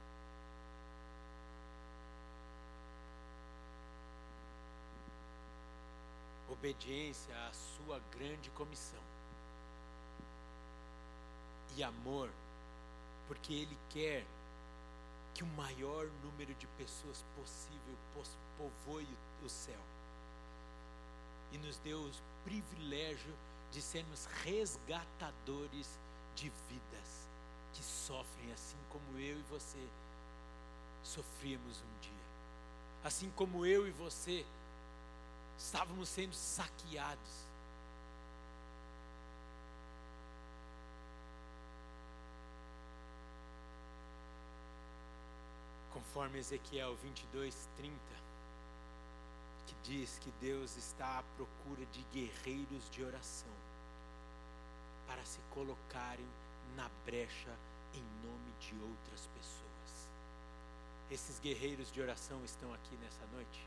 Obediência à sua grande comissão. E amor, porque Ele quer que o maior número de pessoas possível povoe o céu. E nos deu o privilégio de sermos resgatadores de vidas que sofrem assim como eu e você sofríamos um dia. Assim como eu e você estávamos sendo saqueados. Conforme Ezequiel vinte e dois, trinta, que diz que Deus está à procura de guerreiros de oração para se colocarem na brecha em nome de outras pessoas. Esses guerreiros de oração estão aqui nessa noite?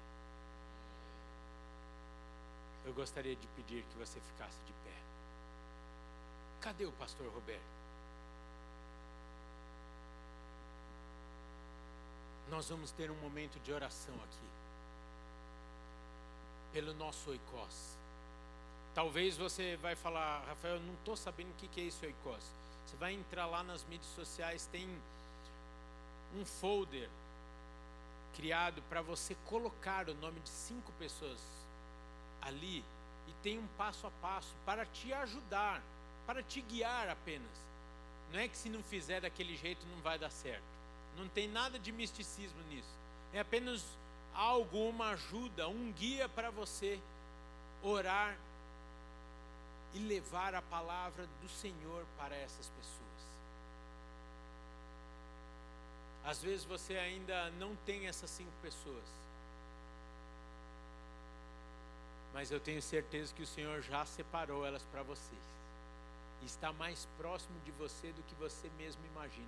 Eu gostaria de pedir que você ficasse de pé. Cadê o pastor Roberto? Nós vamos ter um momento de oração aqui, pelo nosso oikos. Talvez você vai falar: Rafael, eu não estou sabendo o que é isso oikos. Você vai entrar lá nas mídias sociais, tem um folder criado para você colocar o nome de cinco pessoas ali, e tem um passo a passo para te ajudar, para te guiar apenas. Não é que se não fizer daquele jeito não vai dar certo. Não tem nada de misticismo nisso. É apenas algo, uma ajuda, um guia para você orar e levar a palavra do Senhor para essas pessoas. Às vezes você ainda não tem essas cinco pessoas. Mas eu tenho certeza que o Senhor já separou elas para vocês. E está mais próximo de você do que você mesmo imagina.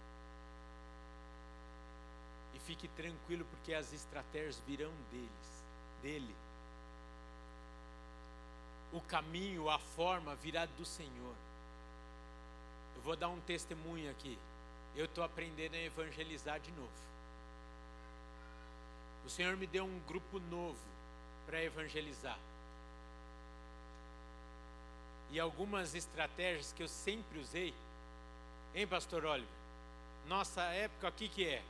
E fique tranquilo, porque as estratégias virão deles, dele. O caminho, a forma virá do Senhor. Eu vou dar um testemunho aqui. Eu estou aprendendo a evangelizar de novo. O Senhor me deu um grupo novo para evangelizar. E algumas estratégias que eu sempre usei. Hein, pastor Oliver? Nossa época, o que que é?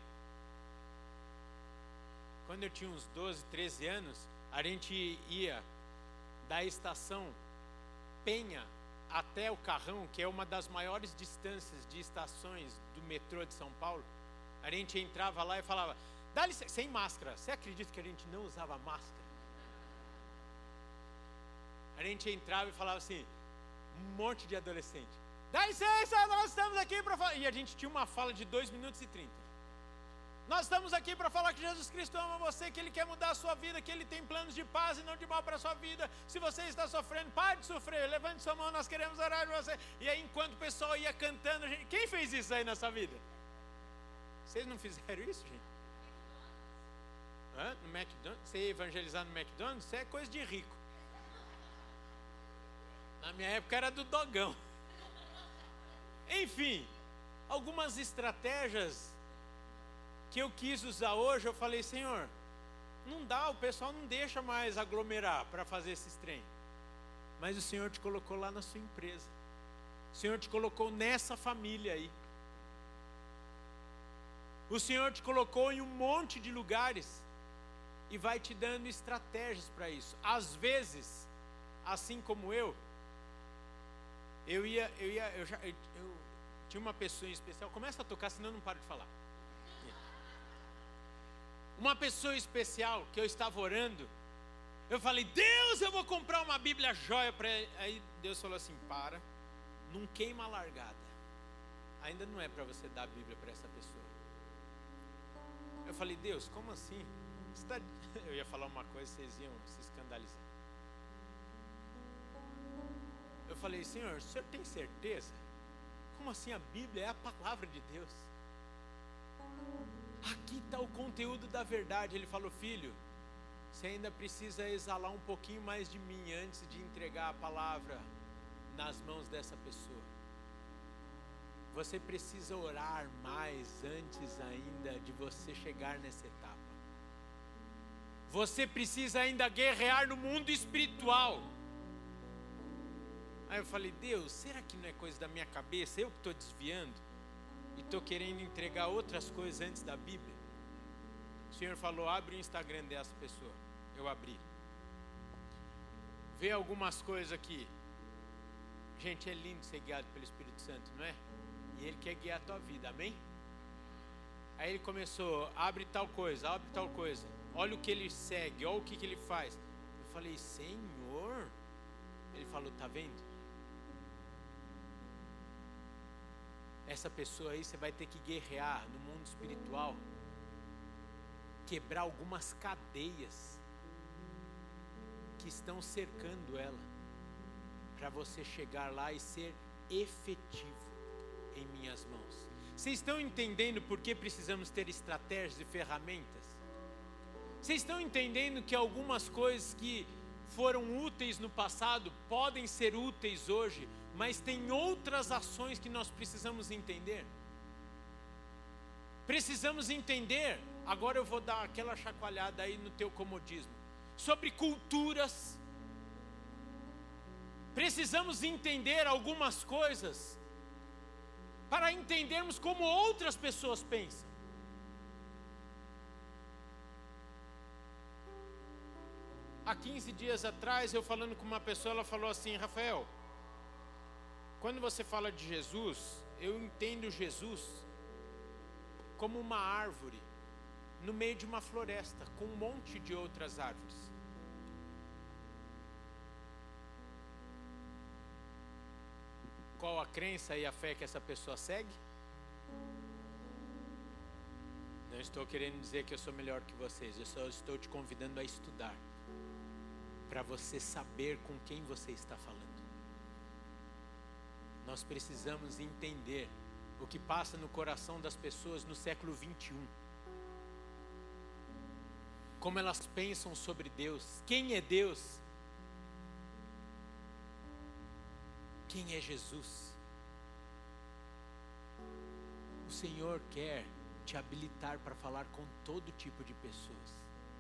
Quando eu tinha uns doze, treze anos, a gente ia da estação Penha até o Carrão, que é uma das maiores distâncias de estações do metrô de São Paulo. A gente entrava lá e falava, dá licença, sem máscara. Você acredita que a gente não usava máscara? A gente entrava e falava assim, um monte de adolescente, dá licença, nós estamos aqui para falar. E a gente tinha uma fala de dois minutos e trinta. Nós estamos aqui para falar que Jesus Cristo ama você, que Ele quer mudar a sua vida, que Ele tem planos de paz e não de mal para a sua vida. Se você está sofrendo, pare de sofrer, levante sua mão, nós queremos orar por você. E aí, enquanto o pessoal ia cantando, a gente... quem fez isso aí nessa vida? Vocês não fizeram isso, gente? Hã? No McDonald's? Você ia evangelizar no McDonald's? Isso é coisa de rico. Na minha época era do dogão. Enfim, algumas estratégias que eu quis usar hoje, eu falei, Senhor, não dá, o pessoal não deixa mais aglomerar para fazer esses trem. Mas o Senhor te colocou lá na sua empresa. O Senhor te colocou nessa família aí. O Senhor te colocou em um monte de lugares e vai te dando estratégias para isso. Às vezes, assim como eu, eu ia, eu ia, eu já, eu, eu tinha uma pessoa em especial. Começa a tocar, senão eu não paro de falar. Uma pessoa especial que eu estava orando, eu falei, Deus, eu vou comprar uma Bíblia joia para ele. Aí Deus falou assim, para, não queima a largada. Ainda não é para você dar a Bíblia para essa pessoa. Eu falei, Deus, como assim? Você tá... Eu ia falar uma coisa, vocês iam se escandalizar. Eu falei, Senhor, o senhor tem certeza? Como assim a Bíblia é a palavra de Deus? Aqui está o conteúdo da verdade. Ele falou, filho, você ainda precisa exalar um pouquinho mais de mim antes de entregar a palavra nas mãos dessa pessoa. Você precisa orar mais antes ainda de você chegar nessa etapa. Você precisa ainda guerrear no mundo espiritual. Aí eu falei, Deus, será que não é coisa da minha cabeça? Eu que estou desviando e estou querendo entregar outras coisas antes da Bíblia. O Senhor falou, abre o Instagram dessa pessoa. Eu abri. Vê algumas coisas aqui. Gente, é lindo ser guiado pelo Espírito Santo, não é? E Ele quer guiar a tua vida, amém? Aí ele começou, abre tal coisa, abre tal coisa. Olha o que ele segue, olha o que, que ele faz. Eu falei, Senhor. Ele falou, tá vendo? Essa pessoa aí, você vai ter que guerrear no mundo espiritual. Quebrar algumas cadeias que estão cercando ela. Para você chegar lá e ser efetivo em minhas mãos. Vocês estão entendendo por que precisamos ter estratégias e ferramentas? Vocês estão entendendo que algumas coisas que foram úteis no passado podem ser úteis hoje, mas tem outras ações que nós precisamos entender? Precisamos entender, agora eu vou dar aquela chacoalhada aí no teu comodismo, sobre culturas. Precisamos entender algumas coisas para entendermos como outras pessoas pensam. Há quinze dias atrás, eu falando com uma pessoa, ela falou assim, Rafael, quando você fala de Jesus, eu entendo Jesus como uma árvore no meio de uma floresta, com um monte de outras árvores. Qual a crença e a fé que essa pessoa segue? Não estou querendo dizer que eu sou melhor que vocês, eu só estou te convidando a estudar. para você saber com quem você está falando. Nós precisamos entender o que passa no coração das pessoas no século vinte e um. Como elas pensam sobre Deus. Quem é Deus? Quem é Jesus? O Senhor quer te habilitar para falar com todo tipo de pessoas.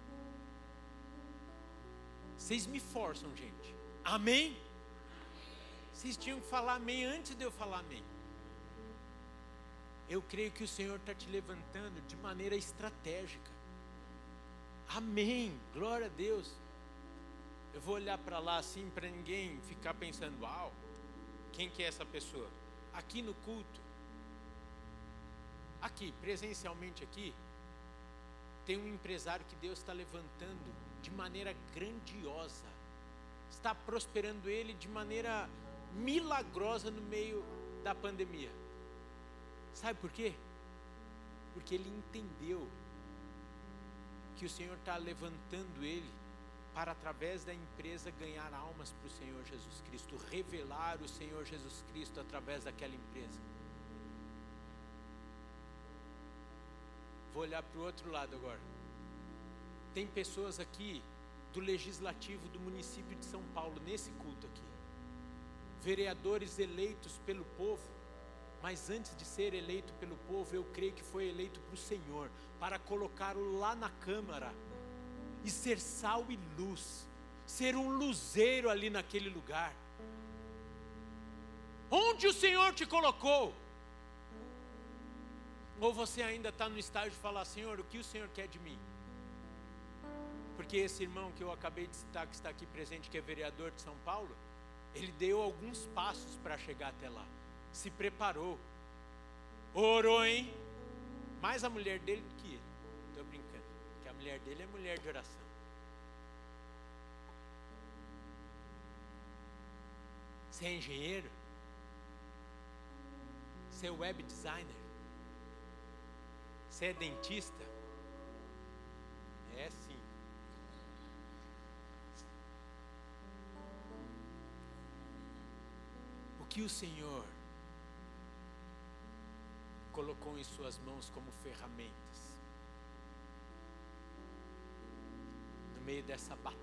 Vocês me forçam, gente. Amém? Vocês tinham que falar amém antes de eu falar amém. Eu creio que o Senhor está te levantando de maneira estratégica. Amém, glória a Deus. Eu vou olhar para lá assim, para ninguém ficar pensando, uau, quem que é essa pessoa? Aqui no culto, aqui, presencialmente aqui, tem um empresário que Deus está levantando de maneira grandiosa. Está prosperando ele de maneira milagrosa no meio da pandemia. Sabe por quê? Porque ele entendeu que o Senhor está levantando ele para, através da empresa, ganhar almas para o Senhor Jesus Cristo, revelar o Senhor Jesus Cristo através daquela empresa. Vou olhar para o outro lado agora. Tem pessoas aqui do legislativo do município de São Paulo, nesse culto aqui, vereadores eleitos pelo povo, mas antes de ser eleito pelo povo, eu creio que foi eleito para o Senhor, para colocá-lo lá na Câmara e ser sal e luz, ser um luzeiro ali naquele lugar. Onde o Senhor te colocou? Ou você ainda está no estágio de falar, Senhor, o que o Senhor quer de mim? Porque esse irmão que eu acabei de citar, que está aqui presente, que é vereador de São Paulo, ele deu alguns passos para chegar até lá. Se preparou, orou, hein? Mais a mulher dele do que ele. Estou brincando, porque a mulher dele é mulher de oração. Você é engenheiro? Você é web designer? Você é dentista? É sim. O que o Senhor colocou em suas mãos como ferramentas no meio dessa batalha?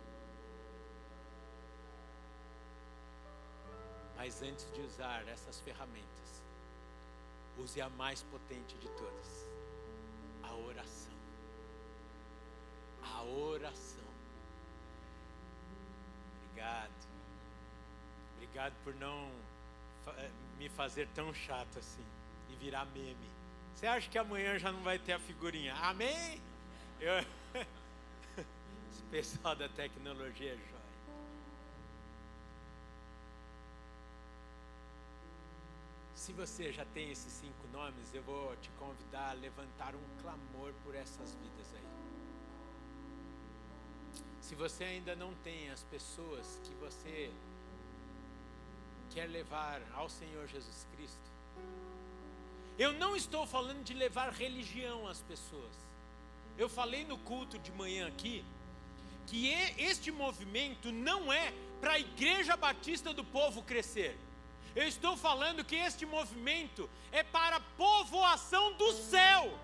Mas antes de usar essas ferramentas, use a mais potente de todas, a oração. A oração. Obrigado. Obrigado por não me fazer tão chato assim e virar meme. Você acha que amanhã já não vai ter a figurinha? Amém? Eu... Esse pessoal da tecnologia é jóia. Se você já tem esses cinco nomes, eu vou te convidar a levantar um clamor por essas vidas aí. Se você ainda não tem as pessoas que você quer levar ao Senhor Jesus Cristo, eu não estou falando de levar religião às pessoas. Eu falei no culto de manhã aqui que este movimento não é para a Igreja Batista do Povo crescer. Eu estou falando que este movimento é para a povoação do céu.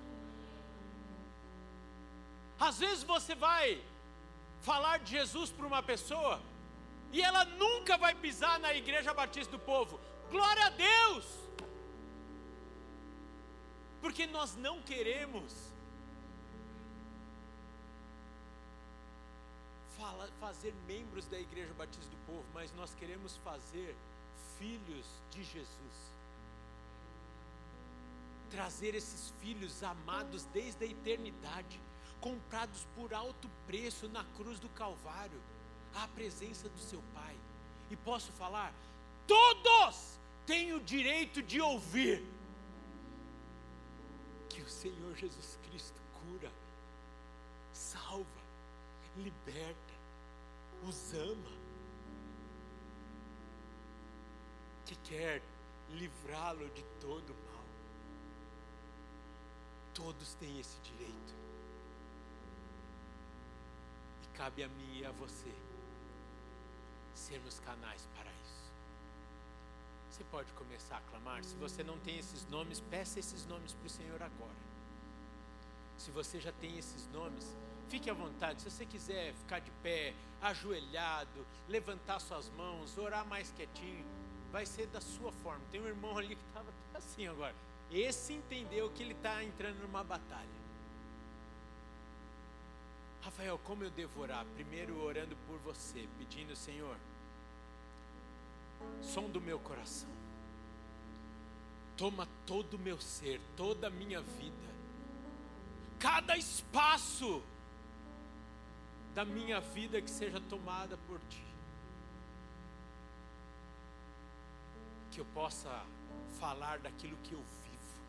Às vezes você vai falar de Jesus para uma pessoa e ela nunca vai pisar na Igreja Batista do Povo. Glória a Deus! Porque nós não queremos fala, fazer membros da Igreja Batista do Povo, mas nós queremos fazer filhos de Jesus. Trazer esses filhos amados desde a eternidade, comprados por alto preço na cruz do Calvário, à presença do seu Pai. E posso falar, todos têm o direito de ouvir que o Senhor Jesus Cristo cura, salva, liberta, os ama, que quer livrá-lo de todo o mal. Todos têm esse direito. E cabe a mim e a você sermos canais para isso. Você pode começar a clamar. Se você não tem esses nomes, peça esses nomes para o Senhor agora. Se você já tem esses nomes, fique à vontade. Se você quiser ficar de pé, ajoelhado, levantar suas mãos, orar mais quietinho, vai ser da sua forma. Tem um irmão ali que estava assim agora. Esse entendeu que ele está entrando numa batalha. Rafael, como eu devo orar? Primeiro orando por você, pedindo, Senhor, som do meu coração, toma todo o meu ser, toda a minha vida, cada espaço da minha vida que seja tomada por Ti, que eu possa falar daquilo que eu vivo.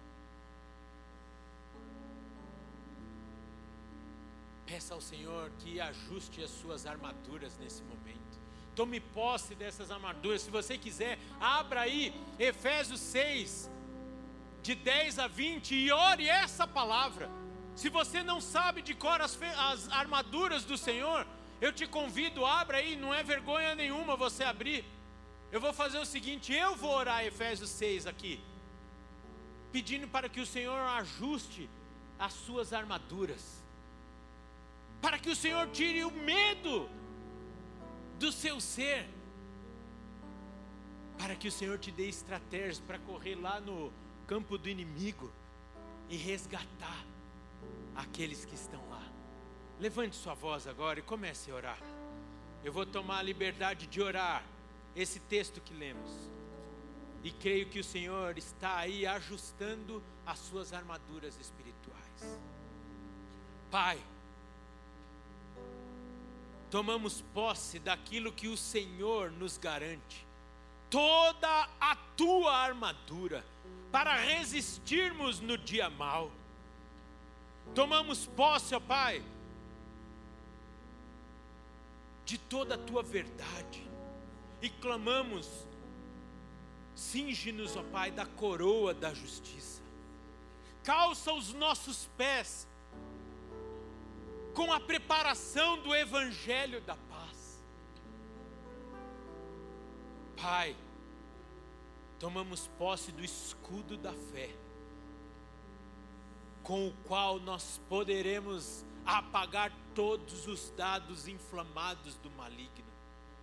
Peça ao Senhor que ajuste as suas armaduras nesse momento. Tome posse dessas armaduras. Se você quiser, abra aí Efésios seis, de dez a vinte, e ore essa palavra. Se você não sabe de cor as, as armaduras do Senhor, eu te convido, abra aí, não é vergonha nenhuma você abrir. Eu vou fazer o seguinte, eu vou orar Efésios seis aqui, pedindo para que o Senhor ajuste as suas armaduras, para que o Senhor tire o medo do seu ser, para que o Senhor te dê estratégias para correr lá no campo do inimigo e resgatar aqueles que estão lá. Levante sua voz agora e comece a orar. Eu vou tomar a liberdade de orar esse texto que lemos, e creio que o Senhor está aí ajustando as suas armaduras espirituais. Pai, tomamos posse daquilo que o Senhor nos garante, toda a tua armadura, para resistirmos no dia mau. Tomamos posse, ó Pai, de toda a tua verdade, e clamamos, cinge-nos, ó Pai, da coroa da justiça, calça os nossos pés com a preparação do Evangelho da paz. Pai, tomamos posse do escudo da fé, com o qual nós poderemos apagar todos os dados inflamados do maligno.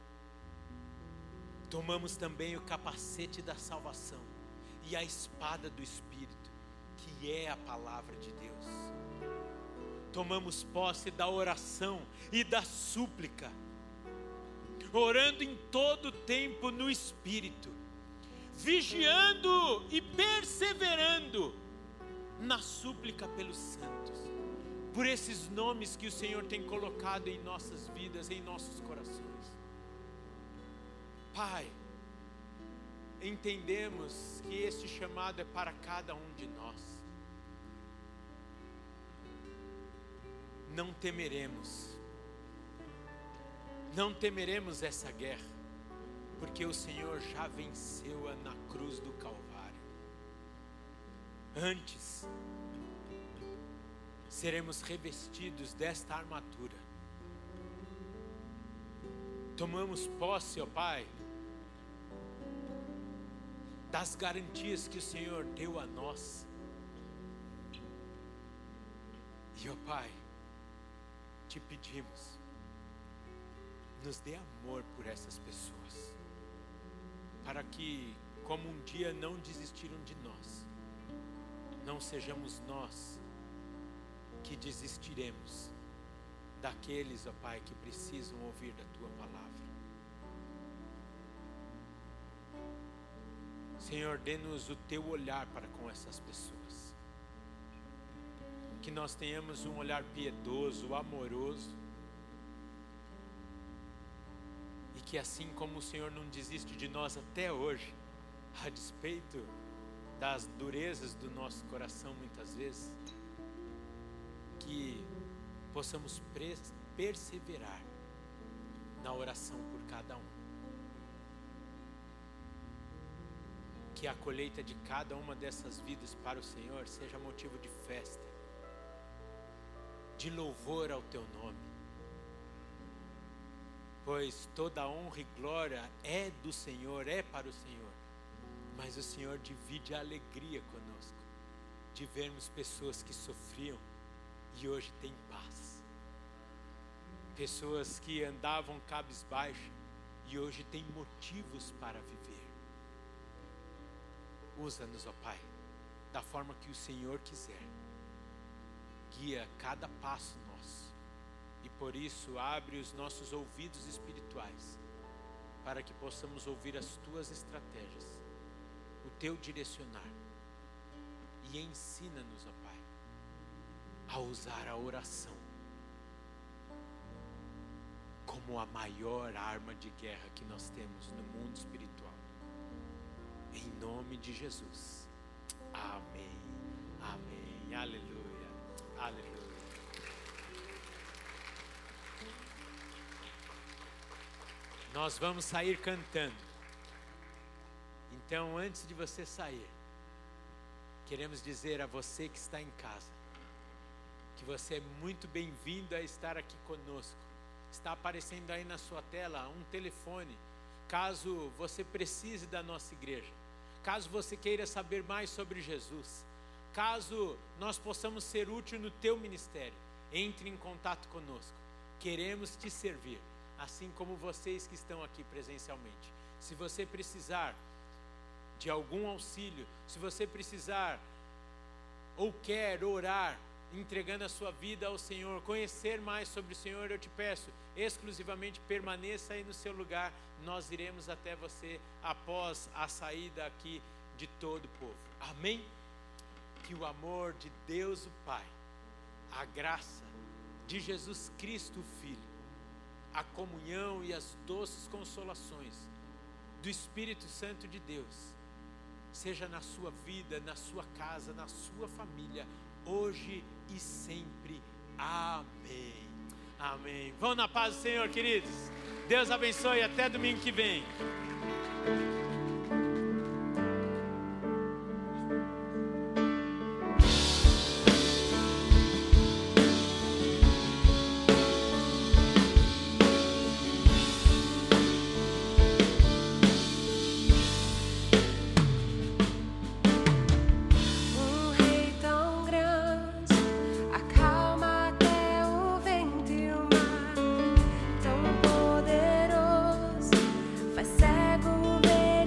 Tomamos também o capacete da salvação e a espada do Espírito, que é a palavra de Deus. Tomamos posse da oração e da súplica, orando em todo tempo no Espírito, vigiando e perseverando na súplica pelos santos, por esses nomes que o Senhor tem colocado em nossas vidas, em nossos corações. Pai, entendemos que este chamado é para cada um de nós. Não temeremos, não temeremos essa guerra, porque o Senhor já venceu-a na cruz do Calvário. Antes, seremos revestidos desta armadura. Tomamos posse, ó Pai, das garantias que o Senhor deu a nós. E, ó Pai, te pedimos, nos dê amor por essas pessoas, para que, como um dia não desistiram de nós, não sejamos nós que desistiremos daqueles, ó Pai, que precisam ouvir da Tua palavra. Senhor, dê-nos o Teu olhar para com essas pessoas, que nós tenhamos um olhar piedoso, amoroso, e que assim como o Senhor não desiste de nós até hoje, a despeito das durezas do nosso coração muitas vezes, que possamos perseverar na oração por cada um, que a colheita de cada uma dessas vidas para o Senhor seja motivo de festa, de louvor ao Teu nome, pois toda honra e glória é do Senhor, é para o Senhor. Mas o Senhor divide a alegria conosco, de vermos pessoas que sofriam e hoje têm paz. Pessoas que andavam cabisbaixo e hoje têm motivos para viver. Usa-nos, ó Pai, da forma que o Senhor quiser. Guia cada passo nosso. E por isso abre os nossos ouvidos espirituais, para que possamos ouvir as Tuas estratégias, o Teu direcionar. E ensina-nos, ó Pai, a usar a oração como a maior arma de guerra que nós temos no mundo espiritual. Em nome de Jesus. Amém. Amém. Aleluia. Aleluia. Nós vamos sair cantando. Então, antes de você sair, queremos dizer a você que está em casa, que você é muito bem-vindo a estar aqui conosco. Está aparecendo aí na sua tela um telefone, caso você precise da nossa igreja, caso você queira saber mais sobre Jesus, caso nós possamos ser útil no teu ministério, entre em contato conosco. Queremos te servir, assim como vocês que estão aqui presencialmente. Se você precisar de algum auxílio, se você precisar ou quer orar, entregando a sua vida ao Senhor, conhecer mais sobre o Senhor, eu te peço, exclusivamente permaneça aí no seu lugar. Nós iremos até você após a saída aqui de todo o povo. Amém? Que o amor de Deus o Pai, a graça de Jesus Cristo o Filho, a comunhão e as doces consolações do Espírito Santo de Deus, seja na sua vida, na sua casa, na sua família, hoje e sempre. Amém. Amém. Vão na paz do Senhor, queridos. Deus abençoe. Até domingo que vem. Faz cego ver.